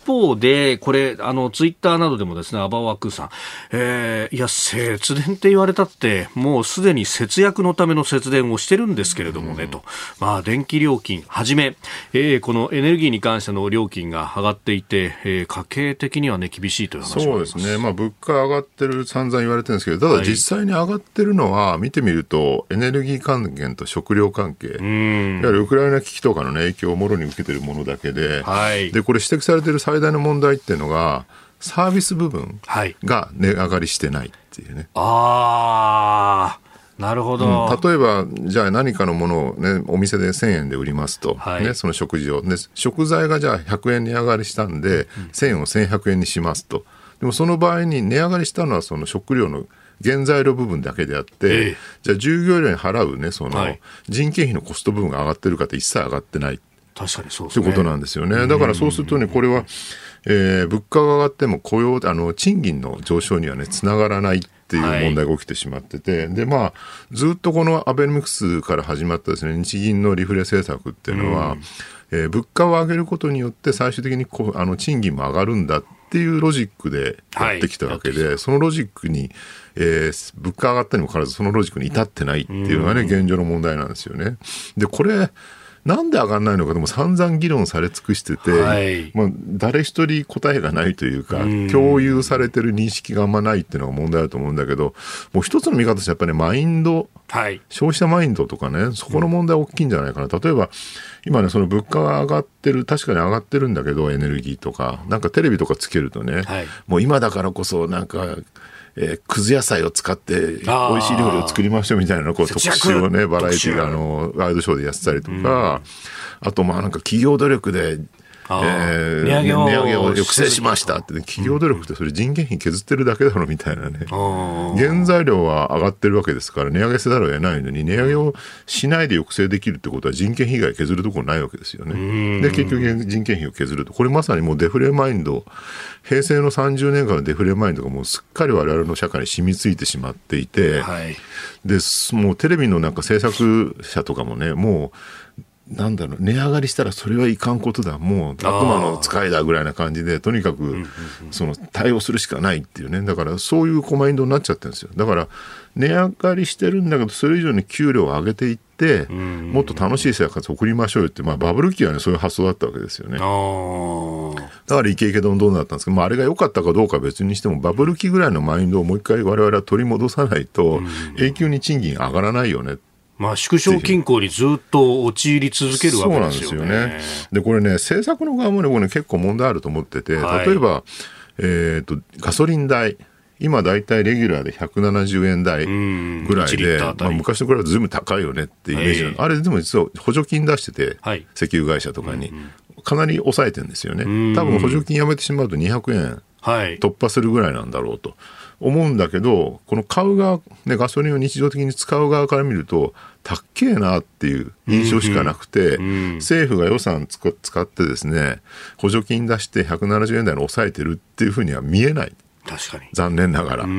方でこれあのツイッターなどでもですね、アバワクさん、えー、いや節電って言われたってもうすでに節約のための節電をしてるんですけれどもね、うん、と、まあ、電気料金はじめ、えー、このエネルギーに関しての料金が上がっていて、えー、家計的には、ね、厳しいという話もあります。 そうですね、まあ、物価上がってる散々言われてるんですけど、ただ実際に上がってるのは見てみるとエネルギー関係と食料関係、うん、いわゆるウクライナ危機とかの、ね、影響をもろに受けているものだけで、はい、でこれ指摘されている最大の問題っていうのがサービス部分が値上がりしてないっていうね、 はい、あーなるほど、 うん、例えばじゃあ何かのものを、ね、お店でせんえんで売りますと、はいね、その食事を、ね、食材がじゃあひゃくえん値上がりしたんで、うん、せんえんをせんひゃくえんにしますと。でもその場合に値上がりしたのはその食料の原材料部分だけであって、ええ、じゃあ従業員に払う、ね、その人件費のコスト部分が上がってるかって一切上がってない。 確かにそうですね。 ということなんですよね。だからそうするとね、これは、えー、物価が上がっても雇用、あの賃金の上昇にはねつながらないっていう問題が起きてしまってて、はい、でまあずっとこのアベノミクスから始まったですね日銀のリフレ政策っていうのは、えー、物価を上げることによって最終的にこうあの賃金も上がるんだっていうロジックでやってきたわけで、はい、そのロジックに、えー、物価上がったにもかかわらずそのロジックに至ってないっていうのがね現状の問題なんですよね。でこれなんで上がらないのかでも散々議論され尽くしてて、はいまあ、誰一人答えがないというか共有されてる認識があんまないっていうのが問題だと思うんだけど、もう一つの見方としてやっぱり、ね、マインド、はい、消費者マインドとかねそこの問題大きいんじゃないかな。例えば今ねその物価が上がってる確かに上がってるんだけどエネルギーとかなんかテレビとかつけるとね、はい、もう今だからこそなんかえー、くず野菜を使って美味しい料理を作りましょうみたいなこう特集をねバラエティーあのワイドショーでやってたりとか、うん、あとまあなんか企業努力でえー、値上げを値上げを抑制しましたって、ね、企業努力ってそれ人件費削ってるだけだろみたいなね、うん、原材料は上がってるわけですから値上げせざるを得ないのに値上げをしないで抑制できるってことは人件費以外削るところないわけですよね、うん、で結局人件費を削るとこれまさにもうデフレマインド平成のさんじゅうねんかんのデフレマインドがもうすっかり我々の社会に染みついてしまっていて、はい、でもうテレビのなんか制作者とかもねもうなんだろう値上がりしたらそれはいかんことだもう悪魔の使いだぐらいな感じでとにかくその対応するしかないっていうねだからそういうコマインドになっちゃってるんですよ。だから値上がりしてるんだけどそれ以上に給料を上げていってもっと楽しい生活を送りましょうよって、まあ、バブル期はねそういう発想だったわけですよね。だからイケイケどんどんだったんですけど、まあ、あれが良かったかどうかは別にしてもバブル期ぐらいのマインドをもう一回我々は取り戻さないと永久に賃金上がらないよね。 まあ、縮小均衡にずっと陥り続けるわけですよね。 そうなんですよね。でこれね政策の側もね、僕ね結構問題あると思ってて、はい、例えば、えーと、ガソリン代今だいたいレギュラーでひゃくななじゅうえん台ぐらいで、まあ、昔のくらいはずいぶん高いよねっていうイメージなの、えー、あれでも実は補助金出してて、はい、石油会社とかにかなり抑えてるんですよね。多分補助金やめてしまうとにひゃくえん突破するぐらいなんだろうと思うんだけど、この買う側、ね、ガソリンを日常的に使う側から見るとたっけえなっていう印象しかなくて、うんうん、政府が予算つか使ってですね補助金出してひゃくななじゅうえん台に抑えてるっていうふうには見えない。 確かに残念ながら、うん、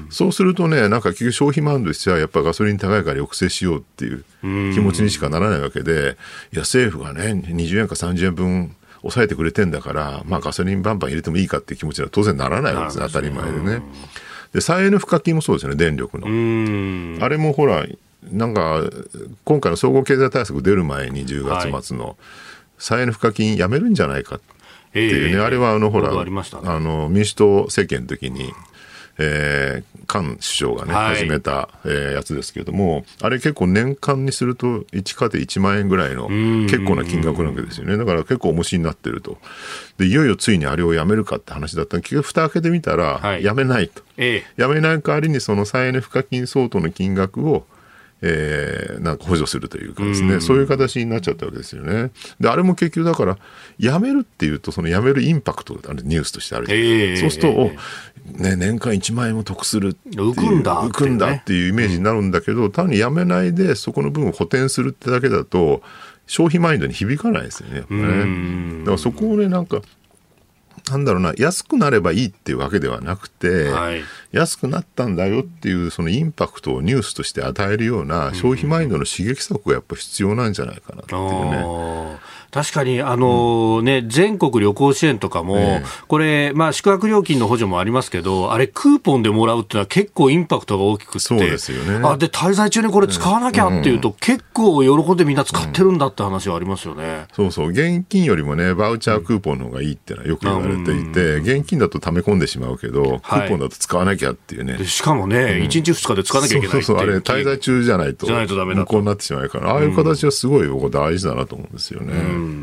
そうするとねなんか結局消費マウンドとしてはやっぱガソリン高いから抑制しようっていう気持ちにしかならないわけで、いや政府がねにじゅうえんかさんじゅうえんぶん抑えてくれてんだから、まあ、ガソリンバンバン入れてもいいかっていう気持ちは当然ならないわけですね。当たり前でね。で再エネ賦課金もそうですよね。電力のうんあれもほらなんか今回の総合経済対策出る前にじゅうがつ末の、はい、再エネ賦課金やめるんじゃないかっていうね、えー、あれはあのほら あ, ね、あの民主党政権の時に、えー、菅首相がね、はい、始めた、えー、やつですけれども、あれ結構年間にするといちかていちまんえんぐらいの結構な金額なわけですよね。だから結構重しになってると。でいよいよついにあれをやめるかって話だったんで結局蓋開けてみたら、はい、やめないと、えー、やめない代わりにその再エネ賦課金相当の金額をえー、なんか補助するというかですね、うん、そういう形になっちゃったわけですよね。であれも結局だからやめるっていうとそのやめるインパクトがニュースとしてあるじゃないですか、えー、そうすると、ね、年間いちまんえんも得するっていう浮くんだっていうね、浮くんだっていうイメージになるんだけど、単にやめないでそこの分を補填するってだけだと消費マインドに響かないですよね、やっぱね。だからそこをねなんかなんだろうな安くなればいいっていうわけではなくて、はい、安くなったんだよっていうそのインパクトをニュースとして与えるような消費マインドの刺激策がやっぱ必要なんじゃないかなっていうね、 うん、 確かに、あのーね、全国旅行支援とかも、えー、これ、まあ、宿泊料金の補助もありますけど、あれ、クーポンでもらうっていうのは結構インパクトが大きくて、 そうですよね。 あ、で、滞在中にこれ使わなきゃっていうと、うん、結構喜んでみんな使ってるんだって話はありますよね。 うん、そうそう、現金よりもね、バウチャークーポンの方がいいっていうのはよく言われていて、うん、現金だと溜め込んでしまうけど、クーポンだと使わなきゃっていうね。 でしかもね、うん、いちにちふつかで使わなきゃいけないっていう。 そうそうそう、あれ、滞在中じゃないと、無効になってしまうから、ああいう形はすごい僕大事だなと思うんですよね。うん、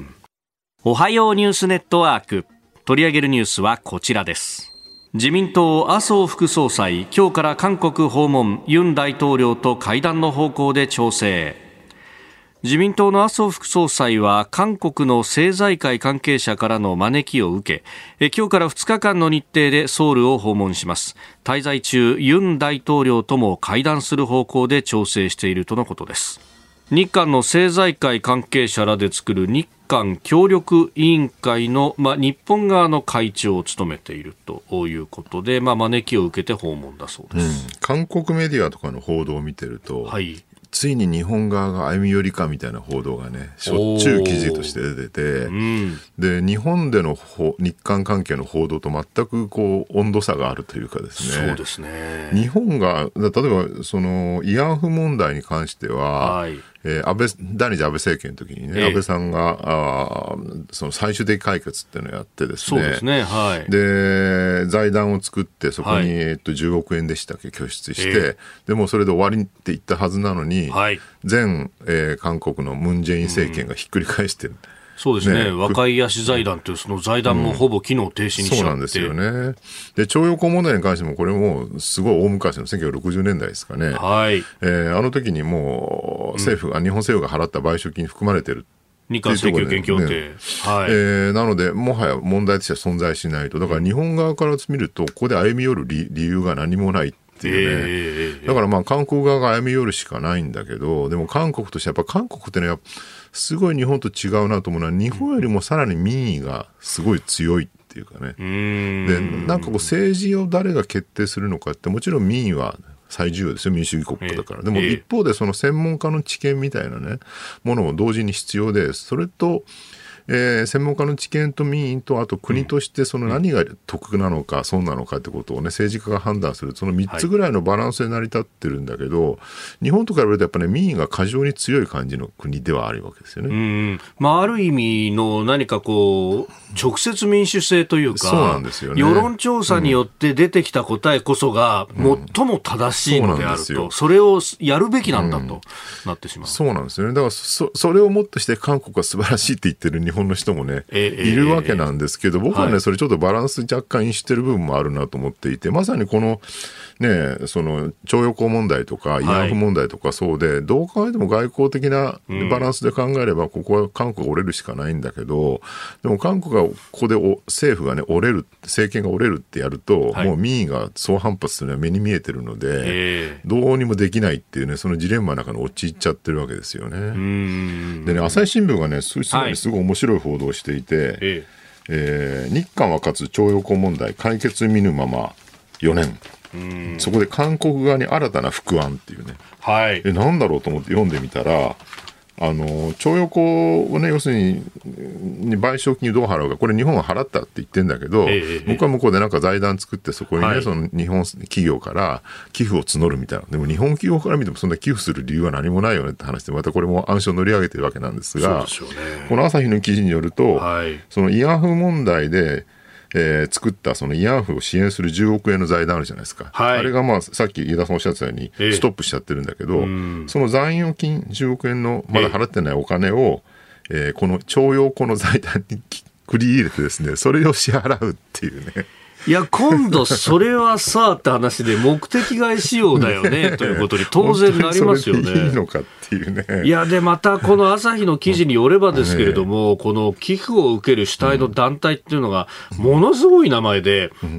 おはようニュースネットワーク、取り上げるニュースはこちらです。自民党麻生副総裁、今日から韓国訪問、ユン大統領と会談の方向で調整。自民党の麻生副総裁は韓国の政財界関係者からの招きを受け、今日からふつかかんの日程でソウルを訪問します。滞在中、ユン大統領とも会談する方向で調整しているとのことです。日韓の政財界関係者らで作る日韓協力委員会の、まあ、日本側の会長を務めているということで、まあ、招きを受けて訪問だそうです。 うん、韓国メディアとかの報道を見てると、はい、ついに日本側が歩み寄りかみたいな報道がね、しょっちゅう記事として出てて、うん、で日本での日韓関係の報道と全くこう温度差があるというかですね。 そうですね。 日本が例えばその慰安婦問題に関しては、はい、えー、安倍第二次安倍政権の時にね、えー、安倍さんがあその最終的解決っていうのをやってですね、 そうですね、はい、 で財団を作ってそこに、はい、えっとじゅうおくえんでしたっけ拠出して、えー、でもそれで終わりって言ったはずなのに、はい、前、えー、韓国のムン・ジェイン政権がひっくり返してる、うん、 そうですね、ね、若い足財団というその財団もほぼ機能停止にしちゃって、うん、そうなんですよね。で徴用工問題に関してもこれもすごい大昔のせんきゅうひゃくろくじゅうねんだいですかね、はい、えー、あの時にもう政府が、うん、日本政府が払った賠償金に含まれてる日韓請求権協定、ね、はい、 えー、なのでもはや問題としては存在しないと。だから日本側から見るとここで歩み寄る 理, 理由が何もないっていうね、えー、だからまあ韓国側が歩み寄るしかないんだけど、でも韓国としてはやっぱ韓国ってのはすごい日本と違うなと思うのは、日本よりもさらに民意がすごい強いっていうかね。うーん、でなんかこう政治を誰が決定するのかって、もちろん民意は最重要ですよ、民主主義国家だから。でも一方でその専門家の知見みたいなねものも同時に必要で、それとえー、専門家の知見と民意とあと国としてその何が得なのか損なのかってことをね政治家が判断する、そのみっつぐらいのバランスで成り立ってるんだけど、はい、日本と比べるとやっぱり、ね、民意が過剰に強い感じの国ではあるわけですよね。 うん、まあ、ある意味の何かこう直接民主制というか、 そうなんですよね、 世論調査によって出てきた答えこそが最も正しいのであると、うん、 そ, それをやるべきなんだとなってしまう、うん、 そうなんですよね。だから そ, それをもってして韓国は素晴らしいって言ってる日本の人もね、えー、いるわけなんですけど、僕はね、はい、それちょっとバランス若干逸してる部分もあるなと思っていて、まさにこのね、その徴用工問題とか慰安婦問題とかそうで、はい、どう考えても外交的なバランスで考えれば、ここは韓国が折れるしかないんだけど、でも韓国がここでお政府がね折れる、政権が折れるってやると、はい、もう民意が総反発するのは目に見えてるので、えー、どうにもできないっていうね、そのジレンマの中に陥っちゃってるわけですよね。うーん、でね、朝日新聞がねすごいすごい面白い報道をしていて、はい、えーえー、日韓はかつ徴用工問題解決見ぬままよねん、うん、そこで韓国側に新たな副案っていうね、はい、えなんだろうと思って読んでみたら、あの徴用工をね、要するに賠償金をどう払うか、これ日本は払ったって言ってるんだけど、えー、僕は向こうでなんか財団作ってそこにね、はい、その日本企業から寄付を募るみたいな。でも日本企業から見てもそんな寄付する理由は何もないよねって話で、またこれも暗礁乗り上げてるわけなんですが、そうでしょうね、この朝日の記事によると、はい、その慰安婦問題でえー、作ったその慰安婦を支援するじゅうおくえんの財団あるじゃないですか、はい、あれがまあさっき飯田さんおっしゃってたようにストップしちゃってるんだけど、えー、その残余金じゅうおくえんのまだ払ってないお金を、えーえー、この徴用工の財団に繰り入れてですね、それを支払うっていうね。 いや今度それはさって話で目的外使用だよねということに当然なりますよね。 それでいいのかっていうね。 いやでまたこの朝日の記事によればですけれども、この寄付を受ける主体の団体っていうのがものすごい名前で、日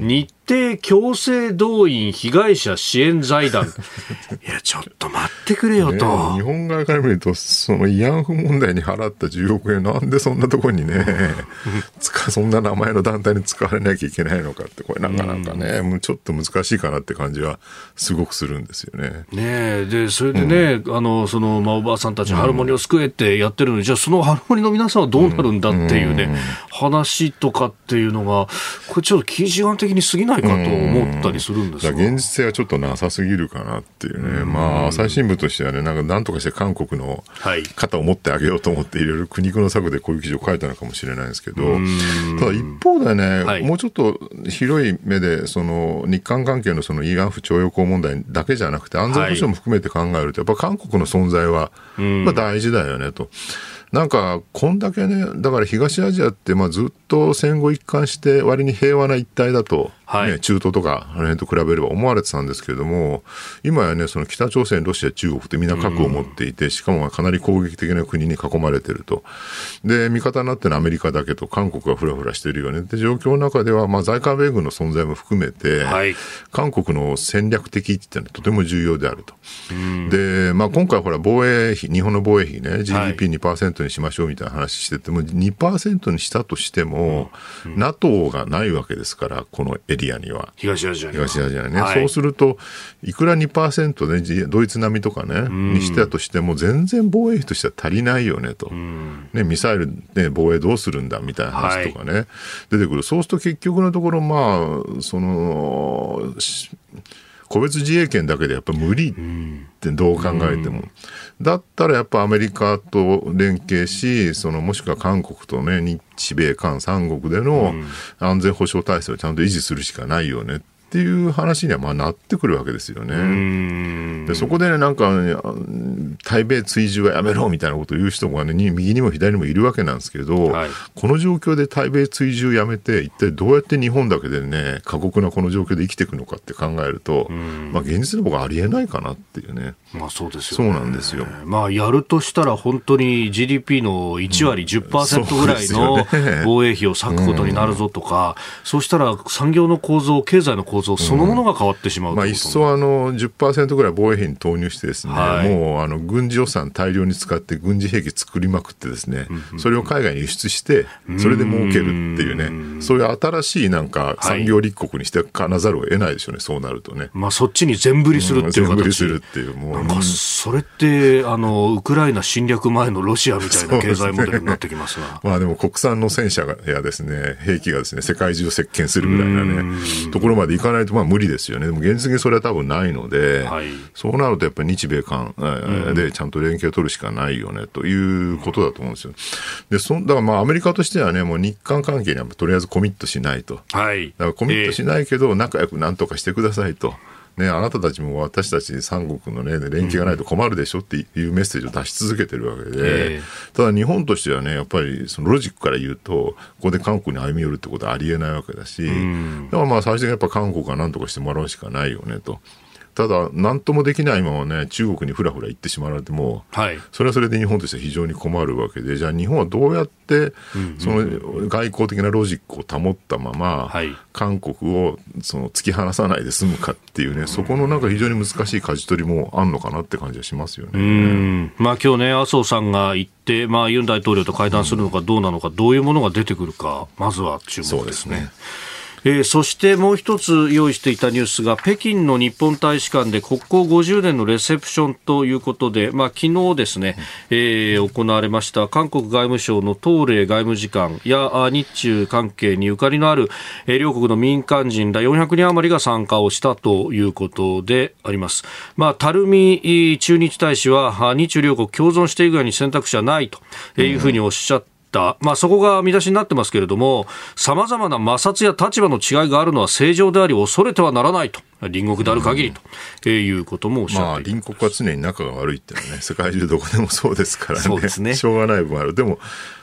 定強制動員被害者支援財団いやちょっと待ってくれよと、 ね、日本側から見るとその慰安婦問題に払ったじゅうおくえんなんでそんなところにねそんな名前の団体に使われなきゃいけないのかって、これなかなかね、うん、ちょっと難しいかなって感じはすごくするんですよね。 ねでそれでね、うん、あのその、まあ、おばあさんたちハルモニを救えってやってるのに、うん、じゃあそのハルモニの皆さんはどうなるんだっていうね、うん、話とかっていうのがこれちょっと近視眼的に過ぎないかと思ったりするんですが、 現実性はちょっとなさすぎるかなっていうね、まあ、朝日新聞としてはね、なんかなんとかして韓国の肩を持ってあげようと思っていろいろ苦肉の策でこういう記事を書いたのかもしれないですけど、ただ一方でね、はい、もうちょっと広い目でその日韓関係のその慰安婦徴用工問題だけじゃなくて安全保障も含めて考えると、やっぱ韓国の存在はまあ大事だよねと。なんかこんだけね、だから東アジアってまあずっと戦後一貫して割に平和な一帯だと、はいね、中東とかあの辺と比べれば思われてたんですけれども、今やねその北朝鮮、ロシア、中国ってみんな核を持っていて、しかもかなり攻撃的な国に囲まれてると。で味方になってるのはアメリカだけと、韓国がフラフラしてるよねって状況の中では、まあ、在韓米軍の存在も含めて、はい、韓国の戦略的っていうのはとても重要であると。で、まあ、今回ほら防衛費、日本の防衛費ね ジーディーピーにパーセント にしましょうみたいな話してても にパーセント にしたとしても、うんうん、ナトー がないわけですから、このエリアには東アジアには東アジアにね、はい、そうするといくら にパーセント でドイツ並みとかね、うん、にしたとしても全然防衛費としては足りないよねと、うん、ね、ミサイル、ね、防衛どうするんだみたいな話とかね、はい、出てくる。そうすると結局のところ、まあその個別自衛権だけでやっぱ無理ってどう考えても、うん、だったらやっぱアメリカと連携し、そのもしくは韓国とね、日米韓三国での安全保障体制をちゃんと維持するしかないよねっていう話にはまあなってくるわけですよね。うんでそこでね、なんか対米追従はやめろみたいなことを言う人がね、右にも左にもいるわけなんですけど、はい、この状況で対米追従やめて一体どうやって日本だけでね、過酷なこの状況で生きていくのかって考えると、まあ、現実の方がありえないかなっていうね。 まあそうですよね。 そうなんですよ。 まあやるとしたら本当に ジーディーピー のいちわり じゅっパーセント ぐらいの防衛費を割くことになるぞとか、そうしたら産業の構造、経済の構造そのものが変わってしまう、うん、まあ、 一層あの じゅっパーセント ぐらい防衛費に投入してですね、はい、もうあの軍事予算大量に使って軍事兵器作りまくってですね、うん、それを海外に輸出してそれで儲けるっていうね、うん、そういう新しいなんか産業立国にしてかなざるを得ないでしょうね、そうなるとね。 まあ、そっちに全振りするっていう形、うん、全振りするっていう、もうなんかそれってあのウクライナ侵略前のロシアみたいな経済モデルになってきますが、 ね、まあでも国産の戦車やですね、兵器がですね、世界中を席巻するぐらいなねところまでいかないとまあ無理ですよね。でも現実にそれは多分ないので、はい、そうなるとやっぱり日米韓でちゃんと連携を取るしかないよねということだと思うんですよ。でそだからまあアメリカとしてはね、もう日韓関係にはとりあえずコミットしないと、はい、だからコミットしないけど仲良くなんとかしてくださいと、ね、あなたたちも私たち三国の、ね、連携がないと困るでしょっていうメッセージを出し続けてるわけで、えー、ただ日本としてはね、やっぱりそのロジックから言うとここで韓国に歩み寄るってことはありえないわけだし、うん、だからまあ最終的にやっぱ韓国が何とかしてもらうしかないよねと。ただ何ともできないままね、中国にふらふら行ってしまわれても、はい、それはそれで日本としては非常に困るわけで、じゃあ日本はどうやってその外交的なロジックを保ったまま、はい、韓国をその突き放さないで済むかっていうね、そこのなんか非常に難しい舵取りもあんのかなって感じはしますよね。 うん、まあ、今日ね、麻生さんが行って、まあ、ユン大統領と会談するのかどうなのか、うん、どういうものが出てくるか、まずは注目ですね。そうですね。えー、そしてもう一つ用意していたニュースが、北京の日本大使館で国交ごじゅうねんのレセプションということで、まあ、昨日ですね、えー、行われました韓国外務省の東レ外務次官や日中関係にゆかりのある、えー、両国の民間人らよんひゃくにん余りが参加をしたということであります。まあ、垂駐日大使は日中両国共存して以外に選択肢はないというふうにおっしゃって、まあ、そこが見出しになってますけれども、様々な摩擦や立場の違いがあるのは正常であり恐れてはならないと、隣国である限りと、うん、いうこともおっしゃっています。まあ、 隣国は常に仲が悪いっていうのはね、世界中どこでもそうですからね。そうですね。しょうがない部分ある。でも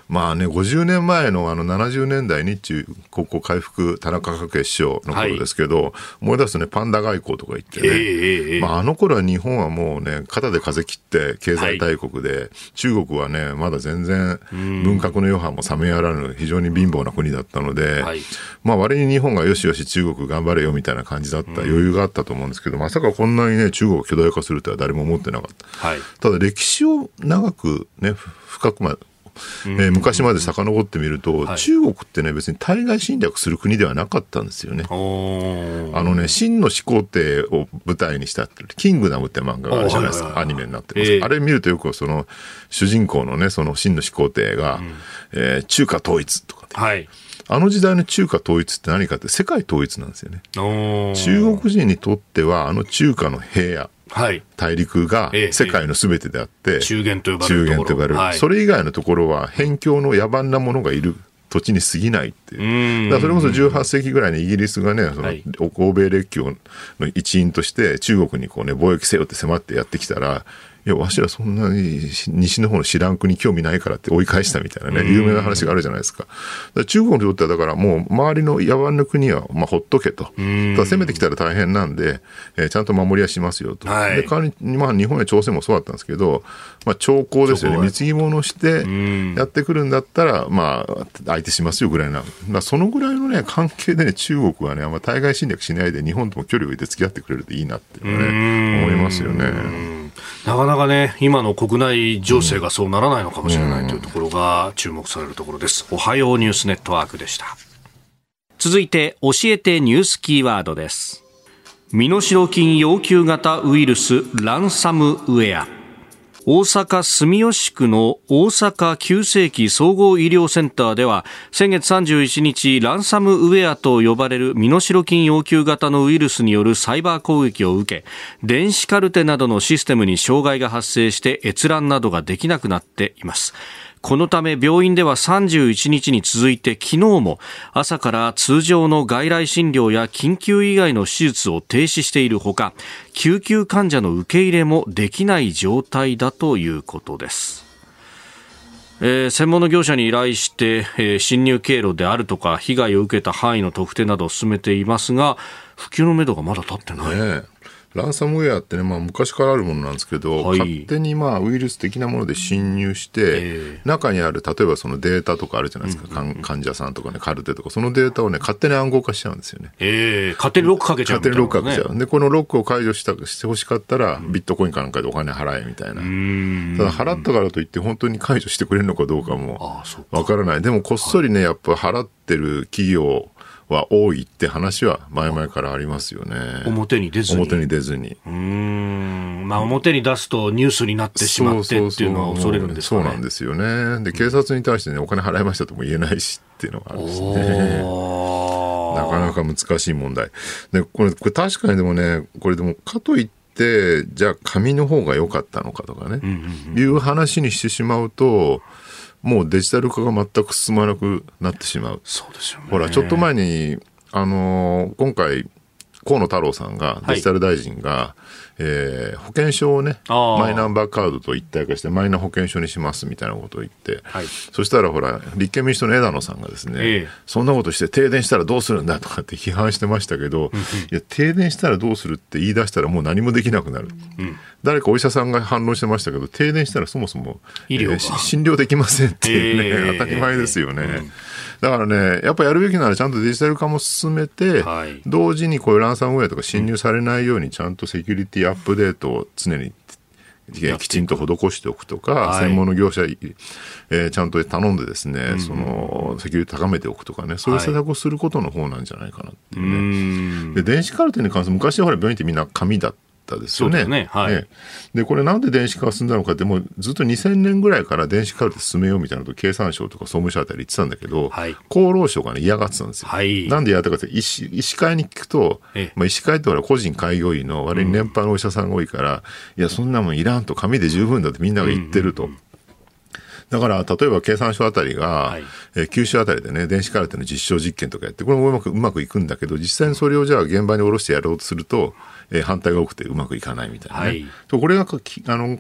まあね、ごじゅうねんまえのあのななじゅうねんだい日中国交回復田中角栄首相の頃ですけど、はい、思い出すとね、パンダ外交とか言ってね、えーまあ、あの頃は日本はもうね、肩で風切って経済大国で、はい、中国はね、まだ全然文革の余波も冷めやらぬ非常に貧乏な国だったので、はい、まあ割に日本がよしよし中国頑張れよみたいな感じだった、余裕があったと思うんですけど、まさかこんなにね、中国を巨大化するとは誰も思ってなかった。はい、ただ歴史を長くね、深くまでえー、昔まで遡ってみると、はい、中国ってね別に対外侵略する国ではなかったんですよね。あのね秦の始皇帝を舞台にしたキングダムって漫画があるじゃないですか、アニメになってます、えー、あれ見るとよくその主人公のねその秦の始皇帝が、うんえー、中華統一とか、はい、あの時代の中華統一って何かって世界統一なんですよね。中国人にとってはあの中華の平野はい、大陸が世界のすべてであって、ええ、 中原と呼ばれるところ、中原と呼ばれる、 はい、それ以外のところは辺境の野蛮なものがいる土地に過ぎないっていう。だからそれこそじゅうはっせいきぐらいにイギリスがねその、はい、欧米列強の一員として中国にこう、ね、貿易せよって迫ってやってきたら、いやわしらそんなに西の方の知らん国興味ないからって追い返したみたいなね有名な話があるじゃないですか。だから中国にとってはだからもう周りの野蛮な国はまあほっとけと、ただ攻めてきたら大変なんで、えー、ちゃんと守りはしますよと、はい、で代わりにまあ日本や朝鮮もそうだったんですけど、まあ、兆候ですよね。貢ぎ物してやってくるんだったらまあ相手しますよぐらいな、だからそのぐらいのね関係でね中国はねあんま対外侵略しないで日本とも距離を置いて付き合ってくれるといいなっていうのはね思いますよね。 なかなかね今の国内情勢がそうならないのかもしれないというところが注目されるところです。おはようニュースネットワークでした。続いて教えてニュースキーワードです。身代金要求型ウイルスランサムウェア。大阪住吉区の大阪急性期総合医療センターでは先月さんじゅういちにちランサムウェアと呼ばれる身代金要求型のウイルスによるサイバー攻撃を受け、電子カルテなどのシステムに障害が発生して閲覧などができなくなっています。このため病院ではさんじゅういちにちに続いて昨日も朝から通常の外来診療や緊急以外の手術を停止しているほか、救急患者の受け入れもできない状態だということです。えー、専門の業者に依頼して、えー、侵入経路であるとか被害を受けた範囲の特定などを進めていますが、普及のめどがまだ立ってない、ね。 ランサムウェアってね、まあ、昔からあるものなんですけど、はい、勝手にまあウイルス的なもので侵入して、えー、中にある例えばそのデータとかあるじゃないですか、うんうんうん、患者さんとかねカルテとかそのデータをね勝手に暗号化しちゃうんですよね、 えー、勝手にロックかけちゃうみたいな、ね、 勝手にロックかけちゃう。でこのロックを解除したしてほしかったら、うん、ビットコインかなんかでお金払えみたいな。ただ払ったからといって本当に解除してくれるのかどうかもわからない。でもこっそりねやっぱ払ってる企業は多いって話は前々からありますよね。 表に出ずに。 表に出ずに。 うーん。まあ表に出すとニュースになってしまってっていうのは恐れるんですかね。 そうなんですよね。で警察に対してねお金払いましたとも言えないしっていうのがあるんですね。なかなか難しい問題。でこれこれ確かにでもねこれでもかといってじゃあ紙の方が良かったのかとかね、うんうんうん、いう話にしてしまうと。もうデジタル化が全く進まなくなってしまう。 そうですよね。 ほらちょっと前にあのー、今回河野太郎さんがデジタル大臣が、はいえー、保険証をねマイナンバーカードと一体化してマイナ保険証にしますみたいなことを言って、はい、そしたらほら立憲民主党の枝野さんがですね、えー、そんなことして停電したらどうするんだとかって批判してましたけどいや停電したらどうするって言い出したらもう何もできなくなる、うん、誰かお医者さんが反論してましたけど停電したらそもそも医療、えー、診療できませんっていうね、えー、当たり前ですよね、えーうんだからねやっぱやるべきならちゃんとデジタル化も進めて、はい、同時にこういうランサムウェアとか侵入されないようにちゃんとセキュリティアップデートを常にきちんと施しておくとか、はい、専門の業者、えー、ちゃんと頼んでですね、うん、そのセキュリティ高めておくとかねそういう施策をすることの方なんじゃないかなっていうね、はい、で電子カルテに関して昔はほら病院ってみんな紙だったですよね。そうですね、はいね、でこれなんで電子化が進んだのかってもうずっとにせんねんぐらいから電子カルテ進めようみたいなことを経産省とか総務省あたり言ってたんだけど、はい、厚労省が、ね、嫌がってたんですよ、はい、なんで嫌だったかって医師、医師会に聞くと、まあ、医師会ってほら個人開業医の割に年配のお医者さんが多いから、うん、いやそんなもんいらんと紙で十分だってみんなが言ってると、うんうんうんだから例えば経産省あたりが、はいえー、九州あたりでね電子カルテの実証実験とかやってこれもうまくうまくいくんだけど実際にそれをじゃあ現場に下ろしてやろうとすると、えー、反対が多くてうまくいかないみたいなね、はい、とこれがあの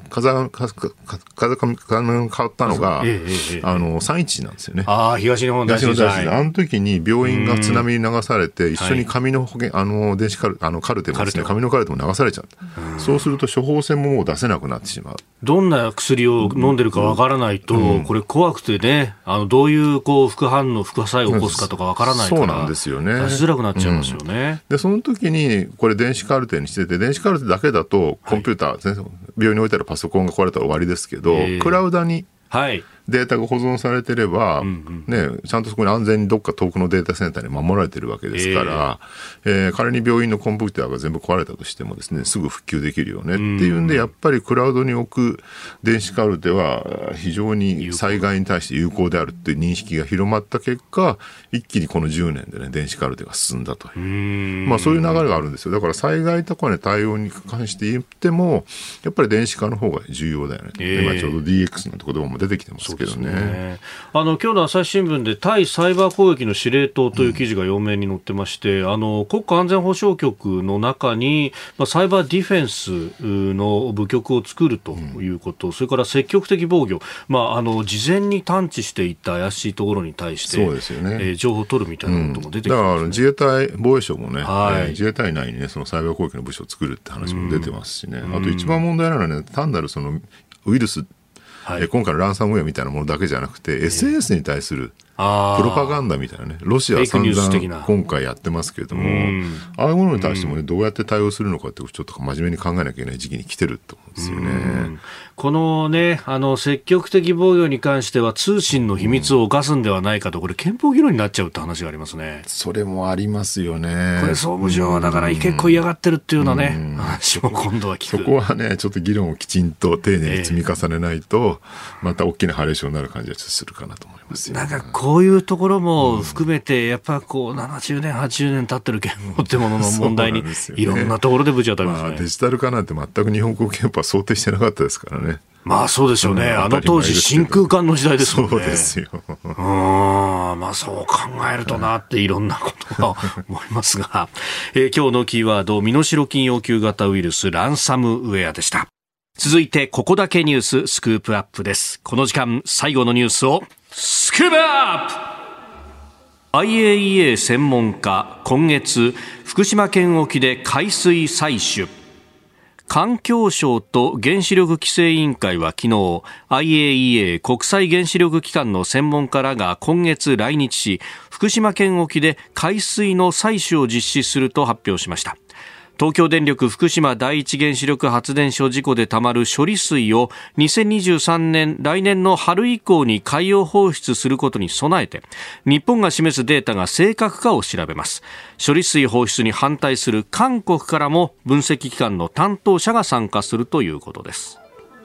風上が変わったのが、えええ、あのさんいちなんですよね。 あ東日本大震災。 あの時に病院が津波に流されて、一緒に紙の保険、あの電子カルあのカルテもですね、紙のカルテも流されちゃった。うそうすると処方箋ももう出せなくなってしまう。 どんな薬を飲んでるかわからないと、うん、これ怖くてね、あのどういうこう副反応、副作用を起こすかとかわからないから、 そうなんですよね。 出しづらくなっちゃいますよね。 うん、でその時にこれ電子カルテにしてて、電子カルテだけだとコンピューター、はい、病院に置いたらパソコンが壊れたら終わりですけど、クラウドにデータが保存されてれば、うんうんね、ちゃんとそこに安全にどっか遠くのデータセンターに守られてるわけですから、えーえー、仮に病院のコンピューターが全部壊れたとしてもですね、すぐ復旧できるよねっていうんで、やっぱりクラウドに置く電子カルテは非常に災害に対して有効であるっていう認識が広まった結果、一気にこのじゅうねんでね、電子カルテが進んだという、まあそういう流れがあるんですよ。だから災害とかね、対応に関して言っても、やっぱり電子化の方が重要だよね。えー、今ちょうど ディーエックス なんて言葉も出てきてますけどね。ね、 あの今日の朝日新聞で対サイバー攻撃の司令塔という記事がよん面に載ってまして、うん、あの国家安全保障局の中に、まあ、サイバーディフェンスの部局を作るということ、うん、それから積極的防御、まあ、あの事前に探知していた怪しいところに対してそうですよね、えー、情報を取るみたいなことも出てきてますね。うん、だから自衛隊防衛省もね、はい、えー、自衛隊内に、ね、そのサイバー攻撃の部署を作るって話も出てますしね、うん、あと一番問題なのは、ね、単なるそのウイルス、はい、今回のランサムウェアみたいなものだけじゃなくて、えー、エスエヌエス に対するプロパガンダみたいなね、ロシアは散々今回やってますけれども、ああいうものに対してもね、どうやって対応するのかってちょっと真面目に考えなきゃいけない時期に来てると思うんですよね。 このね、あの積極的防御に関しては通信の秘密を犯すんではないかと、これ憲法議論になっちゃうって話がありますね。 それもありますよね。 これ総務省はだから結構嫌がってるっていうようなね、話も今度は聞く。 そこはね、ちょっと議論をきちんと丁寧に積み重ねないと、えー、また大きなハレーションになる感じがするかなと思いますよね。 なんかこういうところも含めて、やっぱこうななじゅうねんはちじゅうねん経ってる憲法ってものの問題にいろんなところでぶち当たりますね。 まあ、デジタル化なんて全く日本国憲法は想定してなかったですからね。 まあそうですよね、うん、あの当時真空管の時代ですもんね。 そうですよ。 うん、まあそう考えるとなっていろんなことが思いますが、えー、今日のキーワード、身代金要求型ウイルスランサムウェアでした。続いてここだけニューススクープアップです。この時間最後のニュースをスクープアップ。 アイエーイーエー 専門家、今月福島県沖で海水採取。環境省と原子力規制委員会は昨日 アイエーイーエー 国際原子力機関の専門家らが今月来日し、福島県沖で海水の採取を実施すると発表しました。東京電力福島第一原子力発電所事故でたまる処理水をにせんにじゅうさんねん来年の春以降に海洋放出することに備えて、日本が示すデータが正確かを調べます。処理水放出に反対する韓国からも分析機関の担当者が参加するということです。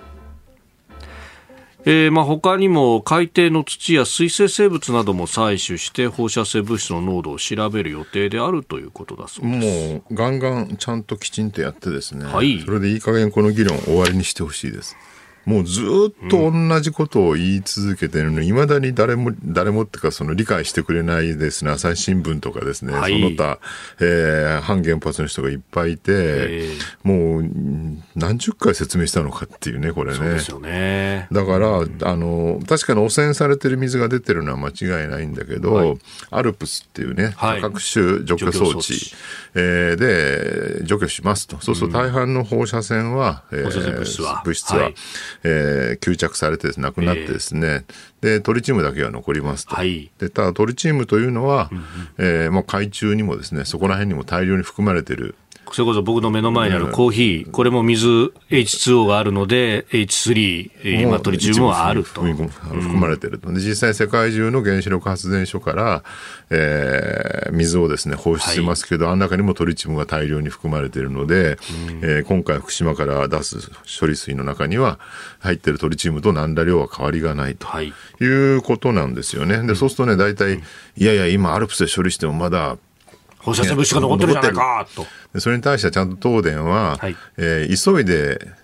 えーまあ、他にも海底の土や水生生物なども採取して放射性物質の濃度を調べる予定であるということだそうです。 もうガンガンちゃんときちんとやってですね、 はい、 それでいい加減この議論を終わりにしてほしいです。もうずっと同じことを言い続けているのに、いまだに誰も誰もっていうかその理解してくれないですね。朝日新聞とかですね、はい、その他、えー、反原発の人がいっぱいいて、えー、もう何十回説明したのかっていうね、これね。 そうですよね。 だから、うん、あの確かに汚染されてる水が出てるのは間違いないんだけど、はい、アルプスっていうね、はい、多角種除去装置、えー、で除去しますと。そうすると大半の放射線は、 うん、放射性物質は、 物質は、はい、えー、吸着されてですね、なくなってですね、えー、でトリチウムだけが残りますと、はい、でただトリチウムというのは、うんうん、えーまあ、海中にもですね、そこら辺にも大量に含まれている。 それこそ僕の目の前にあるコーヒー、これも水 エイチツーオー があるので エイチスリー、まあ、トリチウムはあると含まれていると。で実際世界中の原子力発電所から、えー、水をですね放出しますけど、はい、あの中にもトリチウムが大量に含まれているので、うん、えー、今回福島から出す処理水の中には入っているトリチウムと何ら量は変わりがないということなんですよね。でそうするとね、大体、うん、いやいや今アルプスで処理してもまだ放射性物質が残ってるじゃないかと。 それに対してはちゃんと東電は、はい、えー、急いで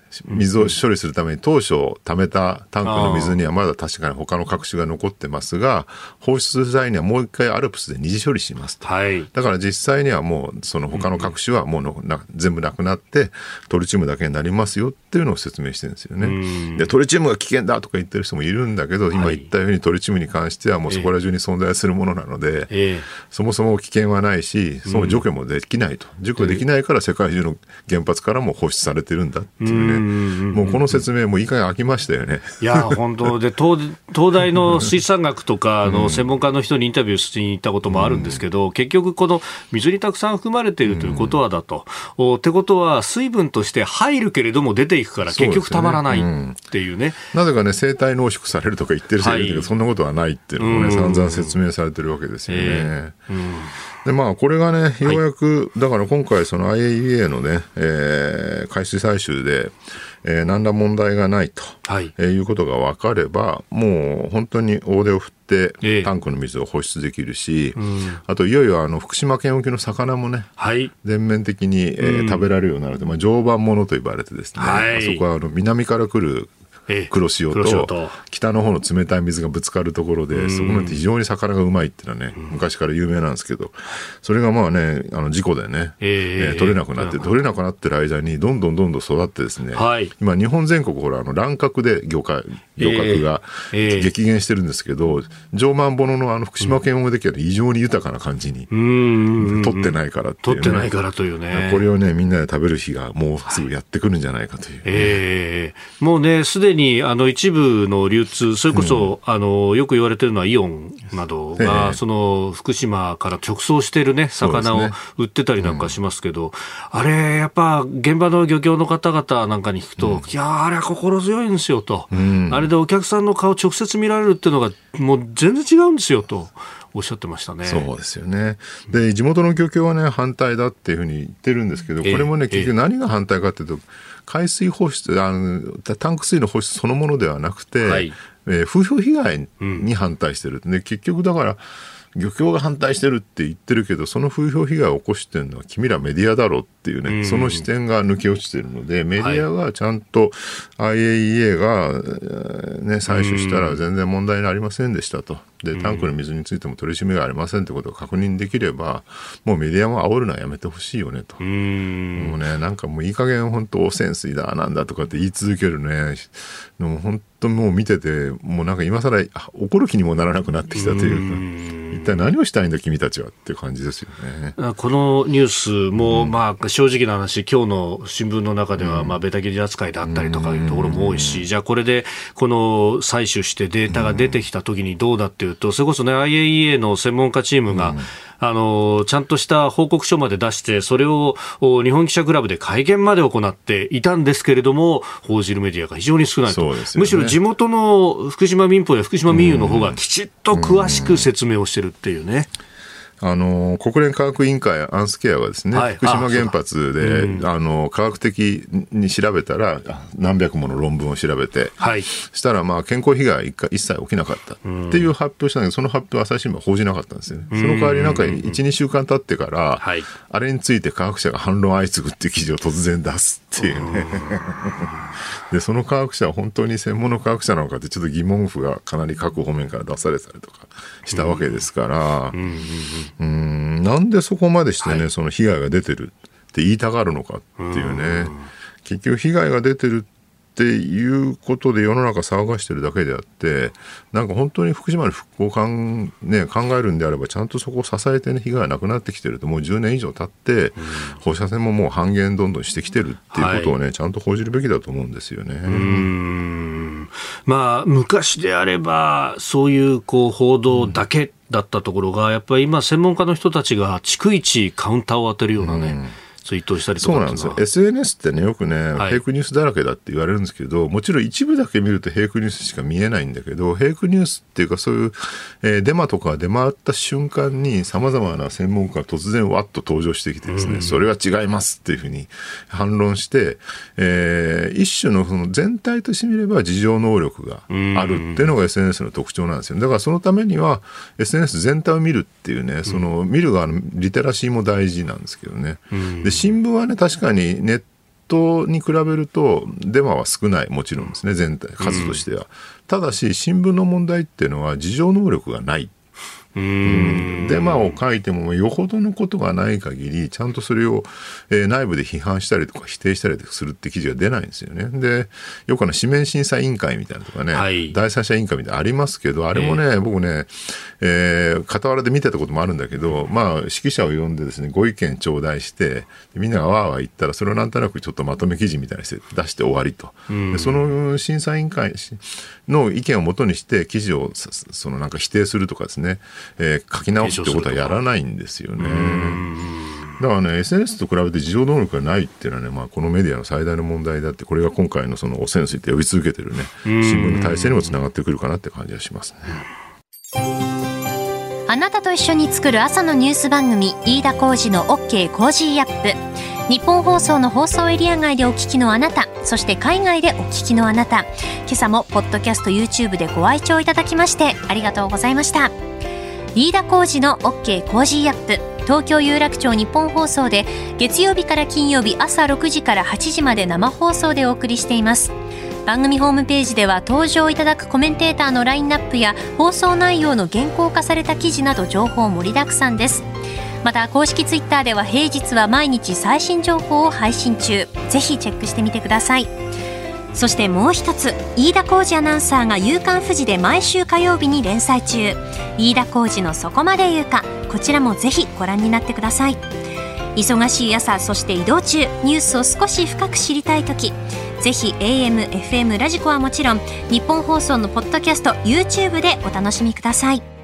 水を処理するために当初貯めたタンクの水にはまだ確かに他の各種が残ってますが、放出する際にはもう一回アルプスで二次処理しますと、はい、だから実際にはもうその他の各種はもうのな全部なくなってトリチウムだけになりますよっていうのを説明してるんですよね。でトリチウムが危険だとか言ってる人もいるんだけど、今言ったようにトリチウムに関してはもうそこら中に存在するものなので、えー、そもそも危険はないし、その除去もできないと、除去できないから世界中の原発からも放出されてるんだっていうね、もうこの説明もいい加減飽きましたよね。 いや本当で 東, 東大の水産学とかの専門家の人にインタビューしに行ったこともあるんですけど、うん、結局この水にたくさん含まれているということはだと、うん、ってことは水分として入るけれども出ていくから結局たまらないっていうね、 うん、なぜかね生体濃縮されるとか言ってる人いるけど、はい、そんなことはないっていうのもね、散々説明されてるわけですよね、えーうんでまあ、これがねようやく、はい、だから今回その アイエーイーエー のね、えー、海水採取で、えー、何ら問題がないと、はいえー、いうことが分かれば、もう本当に大手を振ってタンクの水を放出できるし、えーうん、あといよいよあの福島県沖の魚もね、はい、全面的に、えーうん、食べられるようになると、まあ、常磐ものと呼ばれてですね、はい、そこはあの南から来る黒潮 と, と北の方の冷たい水がぶつかるところで、うん、そこの非常に魚がうまいっていうのはね、うん、昔から有名なんですけど、それがまあねあの事故でね、えーえー、取れなくなって取れなくなってる間にどんどんどんどん育ってですね、はい、今日本全国ほらあの乱獲で魚介漁獲が激減してるんですけど、常磐もののあの福島県沖では非常に豊かな感じに、うん、取ってないからっていう、ね、 取ってないからというね、 これをねみんなで食べる日がもうすぐやってくるんじゃないかという、ねえー、もうねすでにあの一部の流通、それこそ、うん、あのよく言われているのはイオンなどが、えー、その福島から直送している、ね、魚を売ってたりなんかしますけど、うん、あれやっぱ現場の漁協の方々なんかに聞くと、うん、いやあれは心強いんですよと、うん、あれでお客さんの顔直接見られるっていうのがもう全然違うんですよとおっしゃってましたね。 そうですよね。で地元の漁協はね反対だっていうふうに言ってるんですけど、これもね、えー、結局何が反対かっていうと、海水放出あのタンク水の放出そのものではなくて、はい、えー、風評被害に反対してる、うん、で結局だから漁協が反対してるって言ってるけど、その風評被害を起こしてるのは君らメディアだろっていうね、うん、その視点が抜け落ちてるので、メディアがちゃんと アイエーイーエー が、ね、採取したら全然問題ありませんでしたと、でタンクの水についても取り締めがありませんってことが確認できれば、もうメディアも煽るのはやめてほしいよねと、うん、もうねなんかもういい加減本当汚染水だなんだとかって言い続けるねのも本当もう見ててもうなんか今更怒る気にもならなくなってきたというか、一体何をしたいんだ君たちはっていう感じですよね。 このニュースも、うん、まあ、正直な話今日の新聞の中では、うん、まあ、ベタ切り扱いだったりとかいうところも多いし、うん、じゃあこれでこの採取してデータが出てきた時にどうだっていうと、それこそね アイエーイーエー の専門家チームが、うん、あのちゃんとした報告書まで出してそれを日本記者クラブで会見まで行っていたんですけれども、報じるメディアが非常に少ないと、ね、むしろ地元の福島民放や福島民友の方がきちっと詳しく説明をしてるっていうね。 あの国連科学委員会アンスケアはですね、はい、福島原発で、うん、あの科学的に調べたら何百もの論文を調べて、はい、したらまあ健康被害一切起きなかったっていう発表したんだけど、その発表は朝日新聞は報じなかったんですよね。その代わりなんか いちにしゅうかん経ってから、はい、あれについて科学者が反論相次ぐっていう記事を突然出すっていうねでその科学者は本当に専門の科学者なのかってちょっと疑問符がかなり各方面から出されたりとかしたわけですから、うんうんうんうーんなんでそこまでしてね、はい、その被害が出てるって言いたがるのかっていうね、う結局被害が出てるっていうことで世の中騒がしてるだけであって、なんか本当に福島の復興をかん、ね、考えるんであればちゃんとそこを支えて、ね、被害がなくなってきてると、もうじゅうねん以上経って放射線ももう半減どんどんしてきてるっていうことをね、はい、ちゃんと報じるべきだと思うんですよね。うーん、まあ、昔であればそういうこう報道だけだったところが、やっぱり今専門家の人たちが逐一カウンターを当てるようなね、うんツイートしたりとか。 そうなんですよ。 エスエヌエス ってねよくね、はい、フェイクニュースだらけだって言われるんですけど、もちろん一部だけ見るとフェイクニュースしか見えないんだけど、フェイクニュースっていうかそういう、えー、デマとか出回った瞬間にさまざまな専門家が突然わっと登場してきてですね、うん、それは違いますっていうふうに反論して、えー、一種のその全体としてみれば自浄能力があるっていうのが エスエヌエス の特徴なんですよ。だからそのためには エスエヌエス 全体を見るっていうね、その見る側のリテラシーも大事なんですけどね、うん、で新聞はね確かにネットに比べるとデマは少ない、もちろんですね、全体数としては、うん、ただし新聞の問題っていうのは自浄能力がない。うーん、デマを書いてもよほどのことがない限りちゃんとそれを、えー、内部で批判したりとか否定したりするって記事が出ないんですよね。で、よくあの紙面審査委員会みたいなとかね、はい、第三者委員会みたいなのありますけど、あれもね、えー、僕ね、えー、傍らで見てたこともあるんだけど、まあ指揮者を呼んでですね、ご意見頂戴してみんながわーわー言ったらそれをなんとなくちょっとまとめ記事みたいにして出して終わりと、でその審査委員会の意見をもとにして記事をそのなんか否定するとかですね、えー、書き直すってことはやらないんですよね。だからね、エスエヌエス と比べて自浄能力がないっていうのはね、まあ、このメディアの最大の問題だって、これが今回のその汚染水って呼び続けてるね、新聞の体制にもつながってくるかなって感じがしますね。 あなたと一緒に作る朝のニュース番組、飯田浩司の OK コージーアップ。日本放送の放送エリア外でお聞きのあなた、そして海外でお聞きのあなた、今朝もポッドキャスト YouTube でご愛聴いただきましてありがとうございました。飯田浩司の OK コージーアップ、東京有楽町日本放送で月曜日から金曜日朝ろくじからはちじまで生放送でお送りしています。番組ホームページでは登場いただくコメンテーターのラインナップや放送内容の原稿化された記事など情報盛りだくさんです。また公式ツイッターでは平日は毎日最新情報を配信中、ぜひチェックしてみてください。そしてもう一つ、飯田浩司アナウンサーが夕刊フジで毎週火曜日に連載中、飯田浩司のそこまで言うか、こちらもぜひご覧になってください。忙しい朝、そして移動中、ニュースを少し深く知りたいとき、ぜひ エーエム、エフエム、ラジコはもちろん日本放送のポッドキャスト YouTube でお楽しみください。